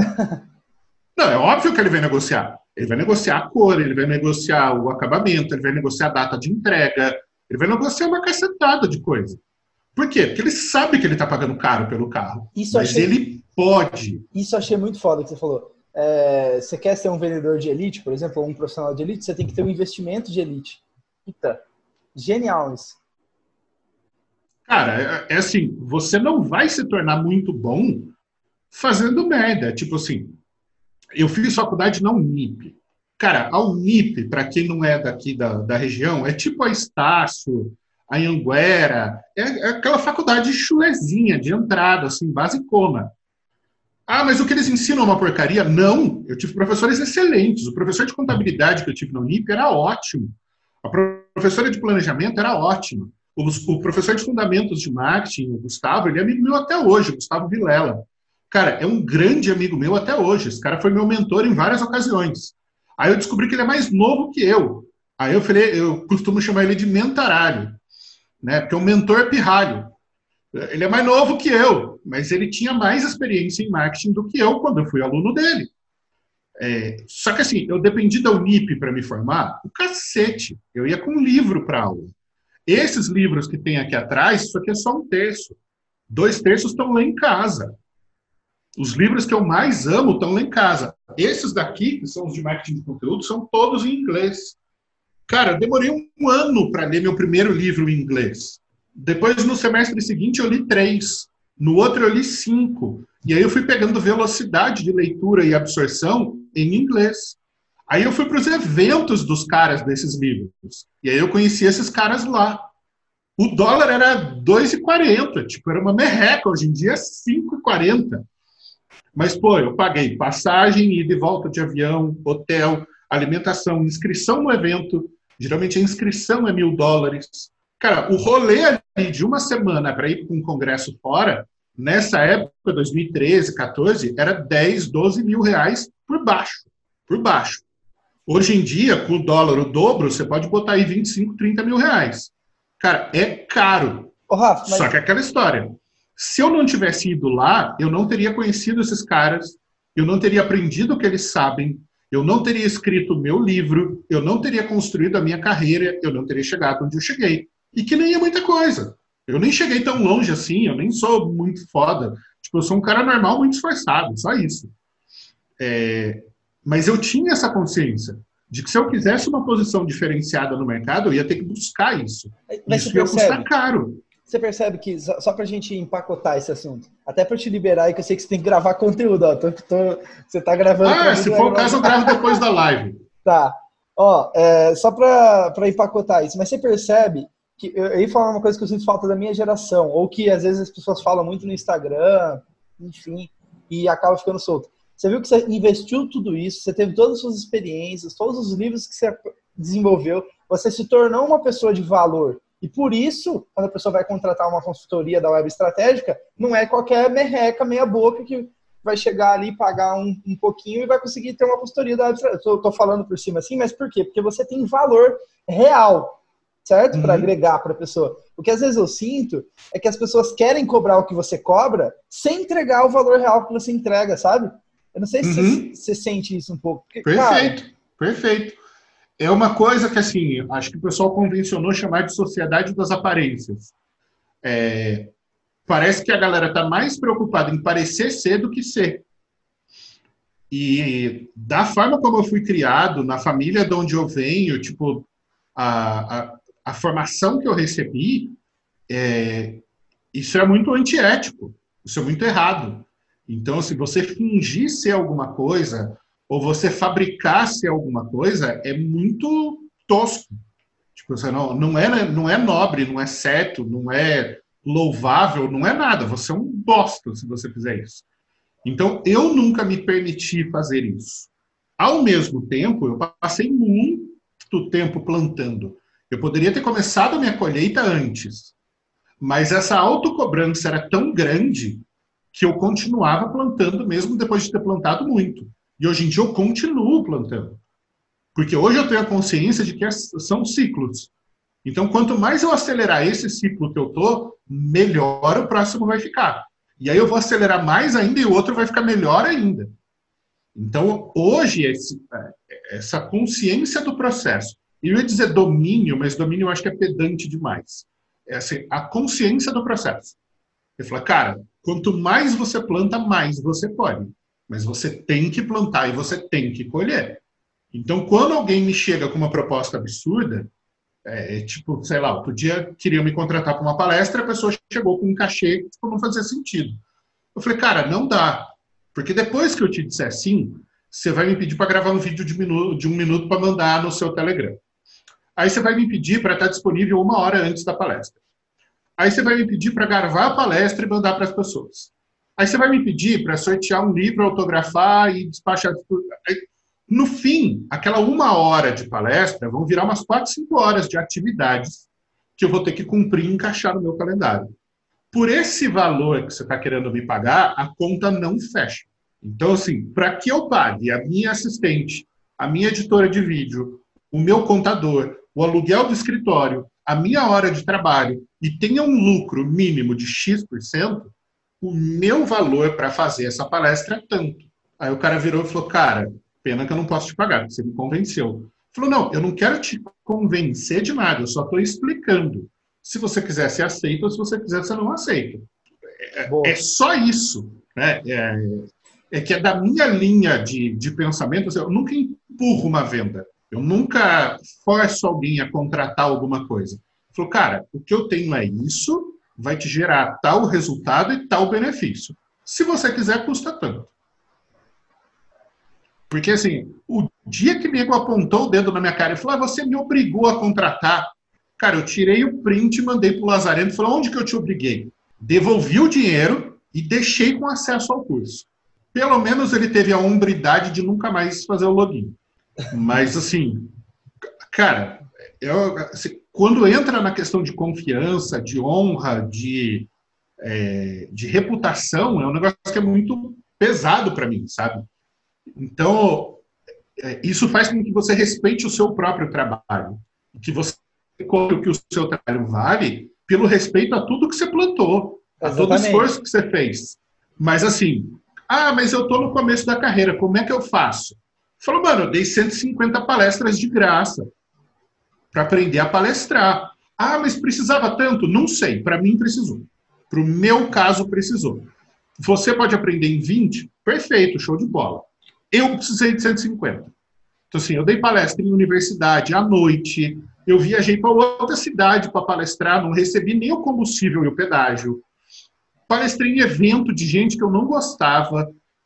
Não, é óbvio que ele vai negociar. Ele vai negociar a cor, ele vai negociar o acabamento, ele vai negociar a data de entrega, ele vai negociar uma cacetada de coisa. Por quê? Porque ele sabe que ele está pagando caro pelo carro. Isso mas achei... ele pode. Isso eu achei muito foda que você falou. É, você quer ser um vendedor de elite, por exemplo, ou um profissional de elite, você tem que ter um investimento de elite. Puta, genial isso. Cara, é, é assim, você não vai se tornar muito bom fazendo merda. Tipo assim, eu fiz faculdade na Unip. Cara, a Unip, para quem não é daqui da, da região, é tipo a Estácio, a Anhanguera, é, é aquela faculdade chulezinha, de entrada, assim, basicona. Ah, mas o que eles ensinam é uma porcaria? Não, eu tive professores excelentes. O professor de contabilidade que eu tive na Unip era ótimo. A professora de planejamento era ótima. O, o professor de fundamentos de marketing, o Gustavo, ele é amigo meu até hoje, o Gustavo Vilela. Cara, é um grande amigo meu até hoje. Esse cara foi meu mentor em várias ocasiões. Aí eu descobri que ele é mais novo que eu. Aí eu falei, eu costumo chamar ele de mentaralho, né? Porque é um mentor pirralho. Ele é mais novo que eu, mas ele tinha mais experiência em marketing do que eu quando eu fui aluno dele. É, só que assim, eu dependi da Unip para me formar, o cacete. Eu ia com um livro para aula. Esses livros que tem aqui atrás, isso aqui é só um terço. Dois terços estão lá em casa. Os livros que eu mais amo estão lá em casa. Esses daqui, que são os de marketing de conteúdo, são todos em inglês. Cara, eu demorei um ano para ler meu primeiro livro em inglês. Depois, no semestre seguinte, eu li três. No outro, eu li cinco. E aí eu fui pegando velocidade de leitura e absorção em inglês. Aí eu fui para os eventos dos caras desses livros. E aí eu conheci esses caras lá. O dólar era dois e quarenta. Tipo, era uma merreca. Hoje em dia é cinco e quarenta. Mas, pô, eu paguei passagem, ida e volta de avião, hotel, alimentação, inscrição no evento. Geralmente a inscrição é mil dólares. Cara, o rolê ali de uma semana para ir para um congresso fora, nessa época, dois mil e treze, quatorze, era dez, doze mil reais por baixo. Por baixo. Hoje em dia, com o dólar o dobro, você pode botar aí vinte e cinco, trinta mil reais. Cara, é caro. Ô, Rafa, mas... Só que é aquela história. Se eu não tivesse ido lá, eu não teria conhecido esses caras, eu não teria aprendido o que eles sabem, eu não teria escrito o meu livro, eu não teria construído a minha carreira, eu não teria chegado onde eu cheguei. E que nem é muita coisa. Eu nem cheguei tão longe assim, eu nem sou muito foda. Tipo, eu sou um cara normal, muito esforçado, só isso. É... Mas eu tinha essa consciência de que se eu quisesse uma posição diferenciada no mercado, eu ia ter que buscar isso. Mas isso ia percebe, custar caro. você percebe que, só, só pra gente empacotar esse assunto, até pra te liberar aí, que eu sei que você tem que gravar conteúdo, ó. Tô, tô, você tá gravando... Ah, se for o caso, eu gravo depois da live. Tá. Ó, é, só pra, pra empacotar isso, mas você percebe que, eu ia falar uma coisa que eu sinto falta da minha geração, ou que às vezes as pessoas falam muito no Instagram, enfim, e acaba ficando solto. Você viu que você investiu tudo isso, você teve todas as suas experiências, todos os livros que você desenvolveu, você se tornou uma pessoa de valor. E por isso, quando a pessoa vai contratar uma consultoria da Web Estratégica, não é qualquer merreca, meia boca que vai chegar ali, pagar um, um pouquinho e vai conseguir ter uma consultoria da Web Estratégica. Eu tô falando por cima assim, mas por quê? Porque você tem valor real, certo? Para Uhum. agregar para a pessoa. O que às vezes eu sinto é que as pessoas querem cobrar o que você cobra sem entregar o valor real que você entrega, sabe? Eu não sei se Uhum. você, você sente isso um pouco. Porque, Perfeito, cara, perfeito. É uma coisa que, assim, acho que o pessoal convencionou chamar de sociedade das aparências. É, parece que a galera está mais preocupada em parecer ser do que ser. E da forma como eu fui criado, na família de onde eu venho, tipo, a, a, a formação que eu recebi, é, isso é muito antiético, isso é muito errado. Então, se você fingir ser alguma coisa, ou você fabricar ser alguma coisa, é muito tosco. Tipo, você não, não, é, não é nobre, não é certo, não é louvável, não é nada. Você é um bosta se você fizer isso. Então, eu nunca me permiti fazer isso. Ao mesmo tempo, eu passei muito tempo plantando. Eu poderia ter começado a minha colheita antes, mas essa autocobrança era tão grande que eu continuava plantando mesmo depois de ter plantado muito. E hoje em dia eu continuo plantando. Porque hoje eu tenho a consciência de que são ciclos. Então, quanto mais eu acelerar esse ciclo que eu estou, melhor o próximo vai ficar. E aí eu vou acelerar mais ainda e o outro vai ficar melhor ainda. Então, hoje, esse, essa consciência do processo, eu ia dizer domínio, mas domínio eu acho que é pedante demais. É assim, a consciência do processo. Eu falo, cara, quanto mais você planta, mais você colhe. Mas você tem que plantar e você tem que colher. Então, quando alguém me chega com uma proposta absurda, é, tipo, sei lá, outro dia queriam me contratar para uma palestra, a pessoa chegou com um cachê que tipo, não fazia sentido. Eu falei, cara, não dá. Porque depois que eu te disser sim, você vai me pedir para gravar um vídeo de, minuto, de um minuto para mandar no seu Telegram. Aí você vai me pedir para estar disponível uma hora antes da palestra. Aí você vai me pedir para gravar a palestra e mandar para as pessoas. Aí você vai me pedir para sortear um livro, autografar e despachar. No fim, aquela uma hora de palestra vão virar umas quatro, cinco horas de atividades que eu vou ter que cumprir e encaixar no meu calendário. Por esse valor que você está querendo me pagar, a conta não fecha. Então, assim, para que eu pague a minha assistente, a minha editora de vídeo, o meu contador, o aluguel do escritório, a minha hora de trabalho e tenha um lucro mínimo de X por cento, o meu valor para fazer essa palestra é tanto. Aí o cara virou e falou, cara, pena que eu não posso te pagar, porque você me convenceu. Falou, não, eu não quero te convencer de nada, eu só estou explicando. Se você quiser, você aceita, ou se você quiser, você não aceita. É, é só isso. Né? É, é que é da minha linha de, de pensamento, assim, eu nunca empurro uma venda. Eu nunca forço alguém a contratar alguma coisa. Falou, cara, o que eu tenho é isso, vai te gerar tal resultado e tal benefício. Se você quiser, custa tanto. Porque, assim, o dia que o nego apontou o dedo na minha cara e falou, ah, você me obrigou a contratar. Cara, eu tirei o print e mandei para o Lazareno e falei, onde que eu te obriguei? Devolvi o dinheiro e deixei com acesso ao curso. Pelo menos ele teve a hombridade de nunca mais fazer o login. Mas, assim, cara, eu, assim, quando entra na questão de confiança, de honra, de, é, de reputação, é um negócio que é muito pesado para mim, sabe? Então, é, isso faz com que você respeite o seu próprio trabalho, que você o que o seu trabalho vale pelo respeito a tudo que você plantou, a Exatamente. Todo esforço que você fez. Mas assim, ah, mas eu estou no começo da carreira, como é que eu faço? Falou, mano, eu dei cento e cinquenta palestras de graça para aprender a palestrar. Ah, mas precisava tanto? Não sei, para mim precisou. Para o meu caso precisou. Você pode aprender em vinte? Perfeito, show de bola. Eu precisei de cento e cinquenta. Então assim, eu dei palestra em universidade, à noite, Eu viajei para outra cidade para palestrar, não recebi nem o combustível e o pedágio. Palestrei em evento de gente que eu não gostava.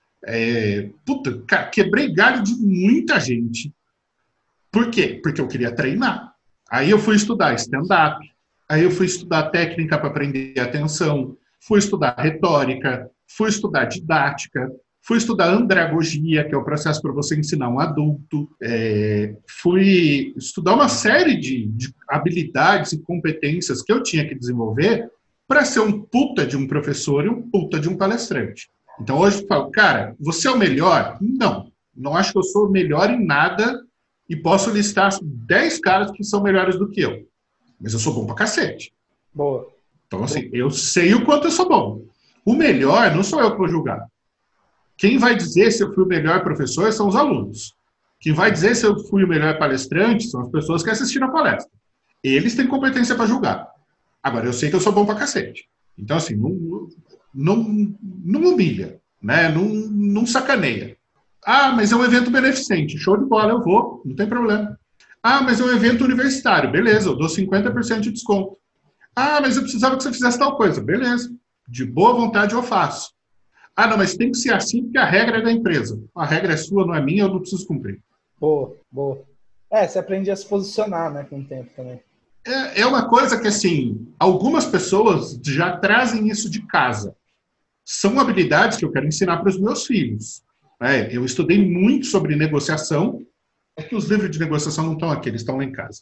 É, puta, cara, quebrei galho de muita gente. Por quê? Porque eu queria treinar. Aí eu fui estudar stand-up, aí eu fui estudar técnica para aprender atenção, fui estudar retórica, fui estudar didática, fui estudar andragogia, que é o processo para você ensinar um adulto, é, fui estudar uma série de, de habilidades e competências que eu tinha que desenvolver para ser um puta de um professor e um puta de um palestrante. Então hoje eu falo, cara, você é o melhor? Não, não acho que eu sou o melhor em nada e posso listar dez caras que são melhores do que eu. Mas eu sou bom pra cacete. Boa. Então, assim, eu sei o quanto eu sou bom. O melhor não sou eu que vou julgar. Quem vai dizer se eu fui o melhor professor são os alunos. Quem vai dizer se eu fui o melhor palestrante são as pessoas que assistiram a palestra. Eles têm competência para julgar. Agora, eu sei que eu sou bom pra cacete. Então, assim, não, não, não humilha, né? Não, não sacaneia. Ah, mas é um evento beneficente. Show de bola, eu vou, não tem problema. Ah, mas é um evento universitário. Beleza, eu dou cinquenta por cento de desconto. Ah, mas eu precisava que você fizesse tal coisa. Beleza, de boa vontade eu faço. Ah, não, mas tem que ser assim porque a regra é da empresa. A regra é sua, não é minha, eu não preciso cumprir. Boa, boa. É, você aprende a se posicionar, né, com o tempo também. É, é uma coisa que, assim, algumas pessoas já trazem isso de casa. São habilidades que eu quero ensinar para os meus filhos. É, eu estudei muito sobre negociação, é que os livros de negociação não estão aqui, eles estão lá em casa.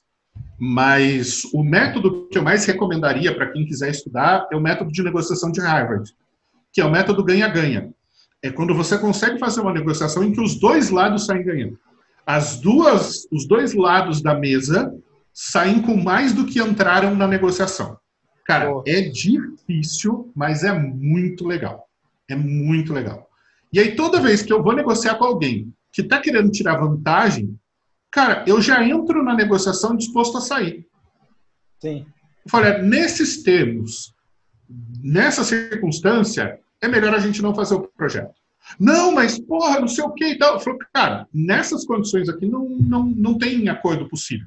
Mas o método que eu mais recomendaria para quem quiser estudar é o método de negociação de Harvard, que é o método ganha-ganha. É quando você consegue fazer uma negociação em que os dois lados saem ganhando. As duas, os dois lados da mesa saem com mais do que entraram na negociação. Cara, oh. é difícil, mas é muito legal. É muito legal. E aí, toda vez que eu vou negociar com alguém que está querendo tirar vantagem, cara, eu já entro na negociação disposto a sair. Sim. Eu falei, nesses termos, nessa circunstância, é melhor a gente não fazer o projeto. Não, mas porra, não sei o que e tal. Eu falei, cara, nessas condições aqui não, não, não tem acordo possível.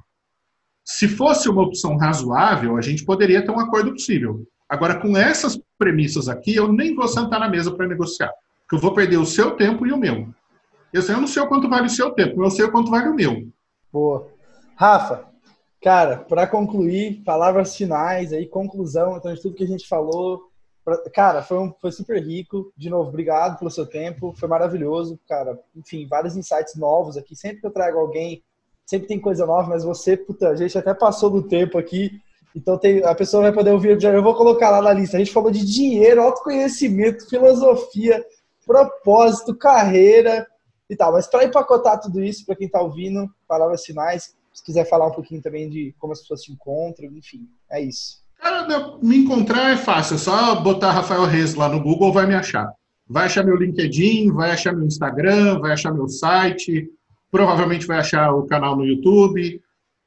Se fosse uma opção razoável, a gente poderia ter um acordo possível. Agora, com essas premissas aqui, eu nem vou sentar na mesa para negociar. Porque eu vou perder o seu tempo e o meu. Eu, sei, eu não sei o quanto vale o seu tempo, eu sei o quanto vale o meu. Boa. Rafa, cara, para concluir, palavras finais, aí, conclusão então, de tudo que a gente falou. Pra, cara, foi, um, foi super rico. De novo, obrigado pelo seu tempo. Foi maravilhoso, cara. Enfim, vários insights novos aqui. Sempre que eu trago alguém, sempre tem coisa nova, mas você, puta, a gente até passou do tempo aqui. Então tem, a pessoa vai poder ouvir. Eu vou colocar lá na lista. A gente falou de dinheiro, autoconhecimento, filosofia, propósito, carreira e tal. Mas para empacotar tudo isso, para quem está ouvindo, palavras finais, se quiser falar um pouquinho também de como as pessoas te encontram, enfim, é isso. Cara, me encontrar é fácil, é só botar Rafael Reis lá no Google, vai me achar. Vai achar meu LinkedIn, vai achar meu Instagram, vai achar meu site, provavelmente vai achar o canal no YouTube.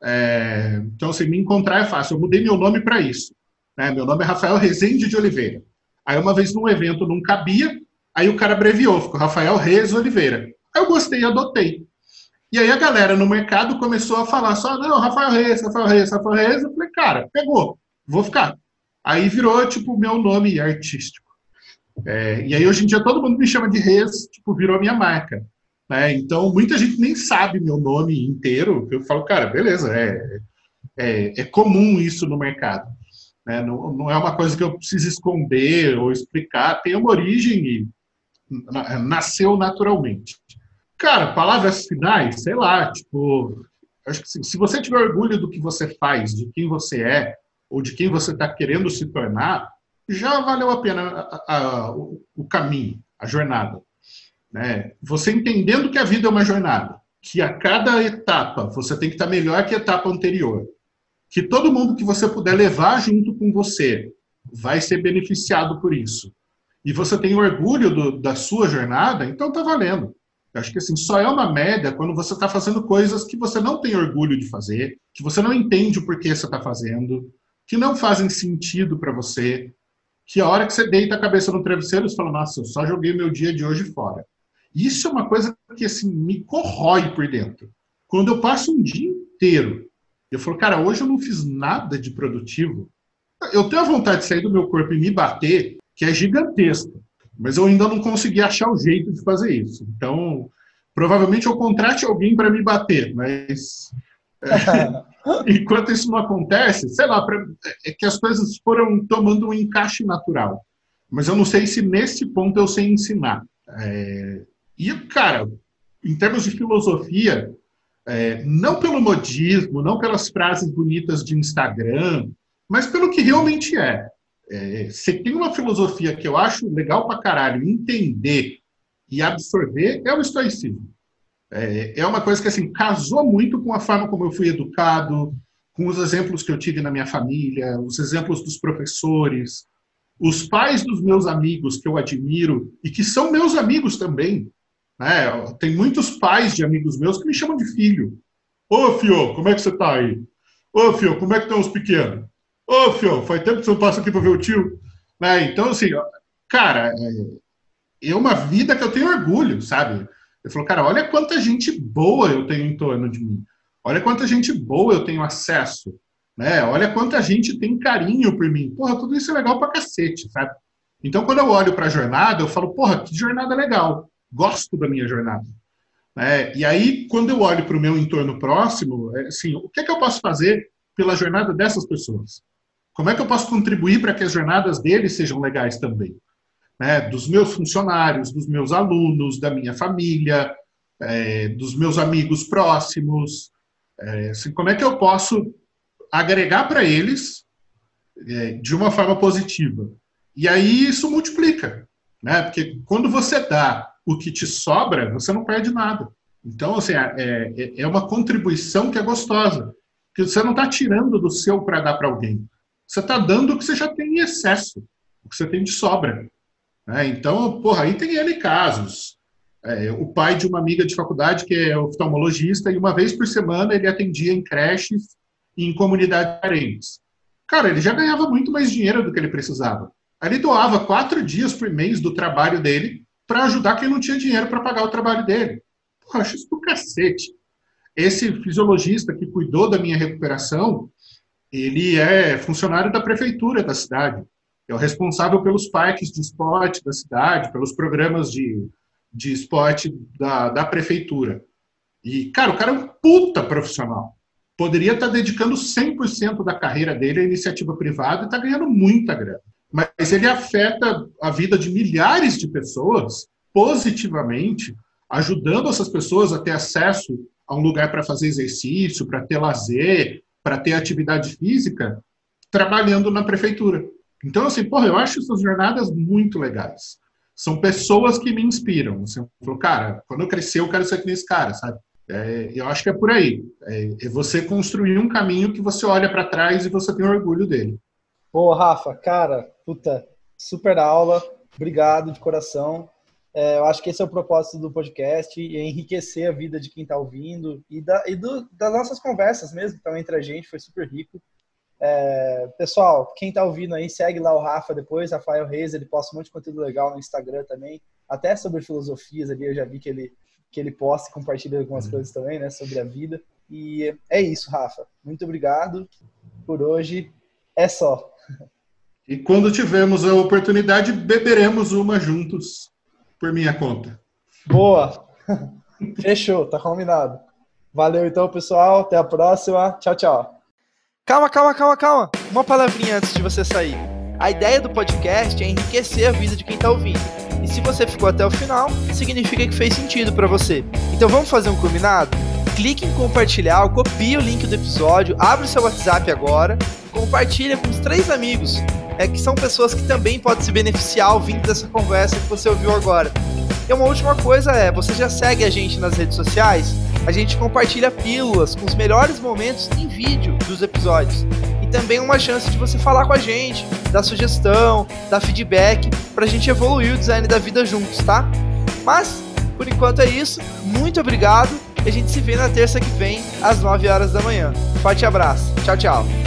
É... Então, assim, me encontrar é fácil. Eu mudei meu nome para isso. Né? Meu nome é Rafael Rezende de Oliveira. Aí, uma vez num evento, não cabia, aí o cara abreviou, ficou Rafael Reis Oliveira. Aí eu gostei e adotei. E aí a galera no mercado começou a falar só, não, Rafael Reis, Rafael Reis, Rafael Reis. Eu falei, cara, pegou, vou ficar. Aí virou, tipo, meu nome artístico. É, e aí hoje em dia todo mundo me chama de Reis, tipo, virou minha marca. Né? Então muita gente nem sabe meu nome inteiro. Eu falo, cara, beleza, é, é, é comum isso no mercado. Né? Não, não é uma coisa que eu preciso esconder ou explicar, tem uma origem e nasceu naturalmente. Cara, palavras finais, sei lá, tipo, acho que assim, se você tiver orgulho do que você faz, de quem você é, ou de quem você está querendo se tornar, já valeu a pena a, a, o, o caminho, a jornada. Né? Você entendendo que a vida é uma jornada, que a cada etapa você tem que estar melhor que a etapa anterior, que todo mundo que você puder levar junto com você vai ser beneficiado por isso. E você tem orgulho do, da sua jornada, então tá valendo. Eu acho que assim, só é uma média quando você está fazendo coisas que você não tem orgulho de fazer, que você não entende o porquê você está fazendo, que não fazem sentido para você, que a hora que você deita a cabeça no travesseiro, você fala, nossa, eu só joguei meu dia de hoje fora. Isso é uma coisa que assim, me corrói por dentro. Quando eu passo um dia inteiro Eu falo, cara, hoje eu não fiz nada de produtivo. Eu tenho a vontade de sair do meu corpo e me bater, que é gigantesca, mas eu ainda não consegui achar o jeito de fazer isso. Então, provavelmente eu contrate alguém para me bater, mas é, enquanto isso não acontece, sei lá, pra, é que as coisas foram tomando um encaixe natural. Mas eu não sei se nesse ponto eu sei ensinar. É, e, cara, em termos de filosofia, é, não pelo modismo, não pelas frases bonitas de Instagram, mas pelo que realmente é. É, se tem uma filosofia que eu acho legal pra caralho entender e absorver, é o estoicismo. É, é uma coisa que, assim, casou muito com a forma como eu fui educado, com os exemplos que eu tive na minha família, os exemplos dos professores, os pais dos meus amigos que eu admiro e que são meus amigos também. Né? Tem muitos pais de amigos meus que me chamam de filho. Ô, Fio, como é que você tá aí? Ô, Fio, como é que estão os pequenos? Ô, Fio, faz tempo que você não passa aqui para ver o tio. Né? Então, assim, cara, é uma vida que eu tenho orgulho, sabe? Eu falo, cara, olha quanta gente boa eu tenho em torno de mim. Olha quanta gente boa eu tenho acesso. Né? Olha quanta gente tem carinho por mim. Porra, tudo isso é legal pra cacete, sabe? Então, quando eu olho pra jornada, eu falo, porra, que jornada legal. Gosto da minha jornada. Né? E aí, quando eu olho para o meu entorno próximo, é assim, o que é que eu posso fazer pela jornada dessas pessoas? Como é que eu posso contribuir para que as jornadas deles sejam legais também? Né? Dos meus funcionários, dos meus alunos, da minha família, é, dos meus amigos próximos. É, assim, como é que eu posso agregar para eles é, de uma forma positiva? E aí isso multiplica. Né? Porque quando você dá o que te sobra, você não perde nada. Então, assim, é, é uma contribuição que é gostosa. Porque você não está tirando do seu para dar para alguém. Você está dando o que você já tem em excesso, o que você tem de sobra. Né? Então, porra, aí tem N casos. É, o pai de uma amiga de faculdade que é oftalmologista e uma vez por semana ele atendia em creches e em comunidades carentes. Cara, ele já ganhava muito mais dinheiro do que ele precisava. Aí ele doava quatro dias por mês do trabalho dele para ajudar quem não tinha dinheiro para pagar o trabalho dele. Pô, acho isso do cacete. Esse fisiologista que cuidou da minha recuperação, ele é funcionário da prefeitura da cidade. É o responsável pelos parques de esporte da cidade, pelos programas de, de esporte da, da prefeitura. E, cara, o cara é um puta profissional. Poderia estar dedicando cem por cento da carreira dele à iniciativa privada e está ganhando muita grana. Mas ele afeta a vida de milhares de pessoas positivamente, ajudando essas pessoas a ter acesso a um lugar para fazer exercício, para ter lazer, para ter atividade física, trabalhando na prefeitura. Então, assim, porra, eu acho essas jornadas muito legais. São pessoas que me inspiram. Assim, eu falo, cara, quando eu crescer, eu quero ser que nem esse cara, sabe? É, eu acho que é por aí. É, é você construir um caminho que você olha para trás e você tem orgulho dele. Pô, Rafa, cara, puta, super aula, obrigado de coração. É, eu acho que esse é o propósito do podcast, é enriquecer a vida de quem está ouvindo e, da, e do, das nossas conversas mesmo, então, entre a gente, foi super rico. É, pessoal, quem está ouvindo aí, segue lá o Rafa depois, Rafael Reis, ele posta um monte de conteúdo legal no Instagram também, até sobre filosofias ali, eu já vi que ele, que ele posta e compartilha algumas uhum. coisas também, né, sobre a vida. E é isso, Rafa. Muito obrigado por hoje. É só. E quando tivermos a oportunidade, beberemos uma juntos, por minha conta. Boa! Fechou, tá combinado. Valeu então, pessoal. Até a próxima. Tchau, tchau. Calma, calma, calma, calma. Uma palavrinha antes de você sair. A ideia do podcast é enriquecer a vida de quem tá ouvindo. E se você ficou até o final, significa que fez sentido pra você. Então vamos fazer um combinado? Clique em compartilhar, copie o link do episódio, abre o seu WhatsApp agora, compartilha com os três amigos, é, que são pessoas que também podem se beneficiar ouvindo dessa conversa que você ouviu agora. E uma última coisa é, você já segue a gente nas redes sociais? A gente compartilha pílulas com os melhores momentos em vídeo dos episódios. E também uma chance de você falar com a gente, dar sugestão, dar feedback, pra gente evoluir o design da vida juntos, tá? Mas, por enquanto é isso. Muito obrigado. E a gente se vê na terça que vem, às nove horas da manhã. Forte abraço. Tchau, tchau.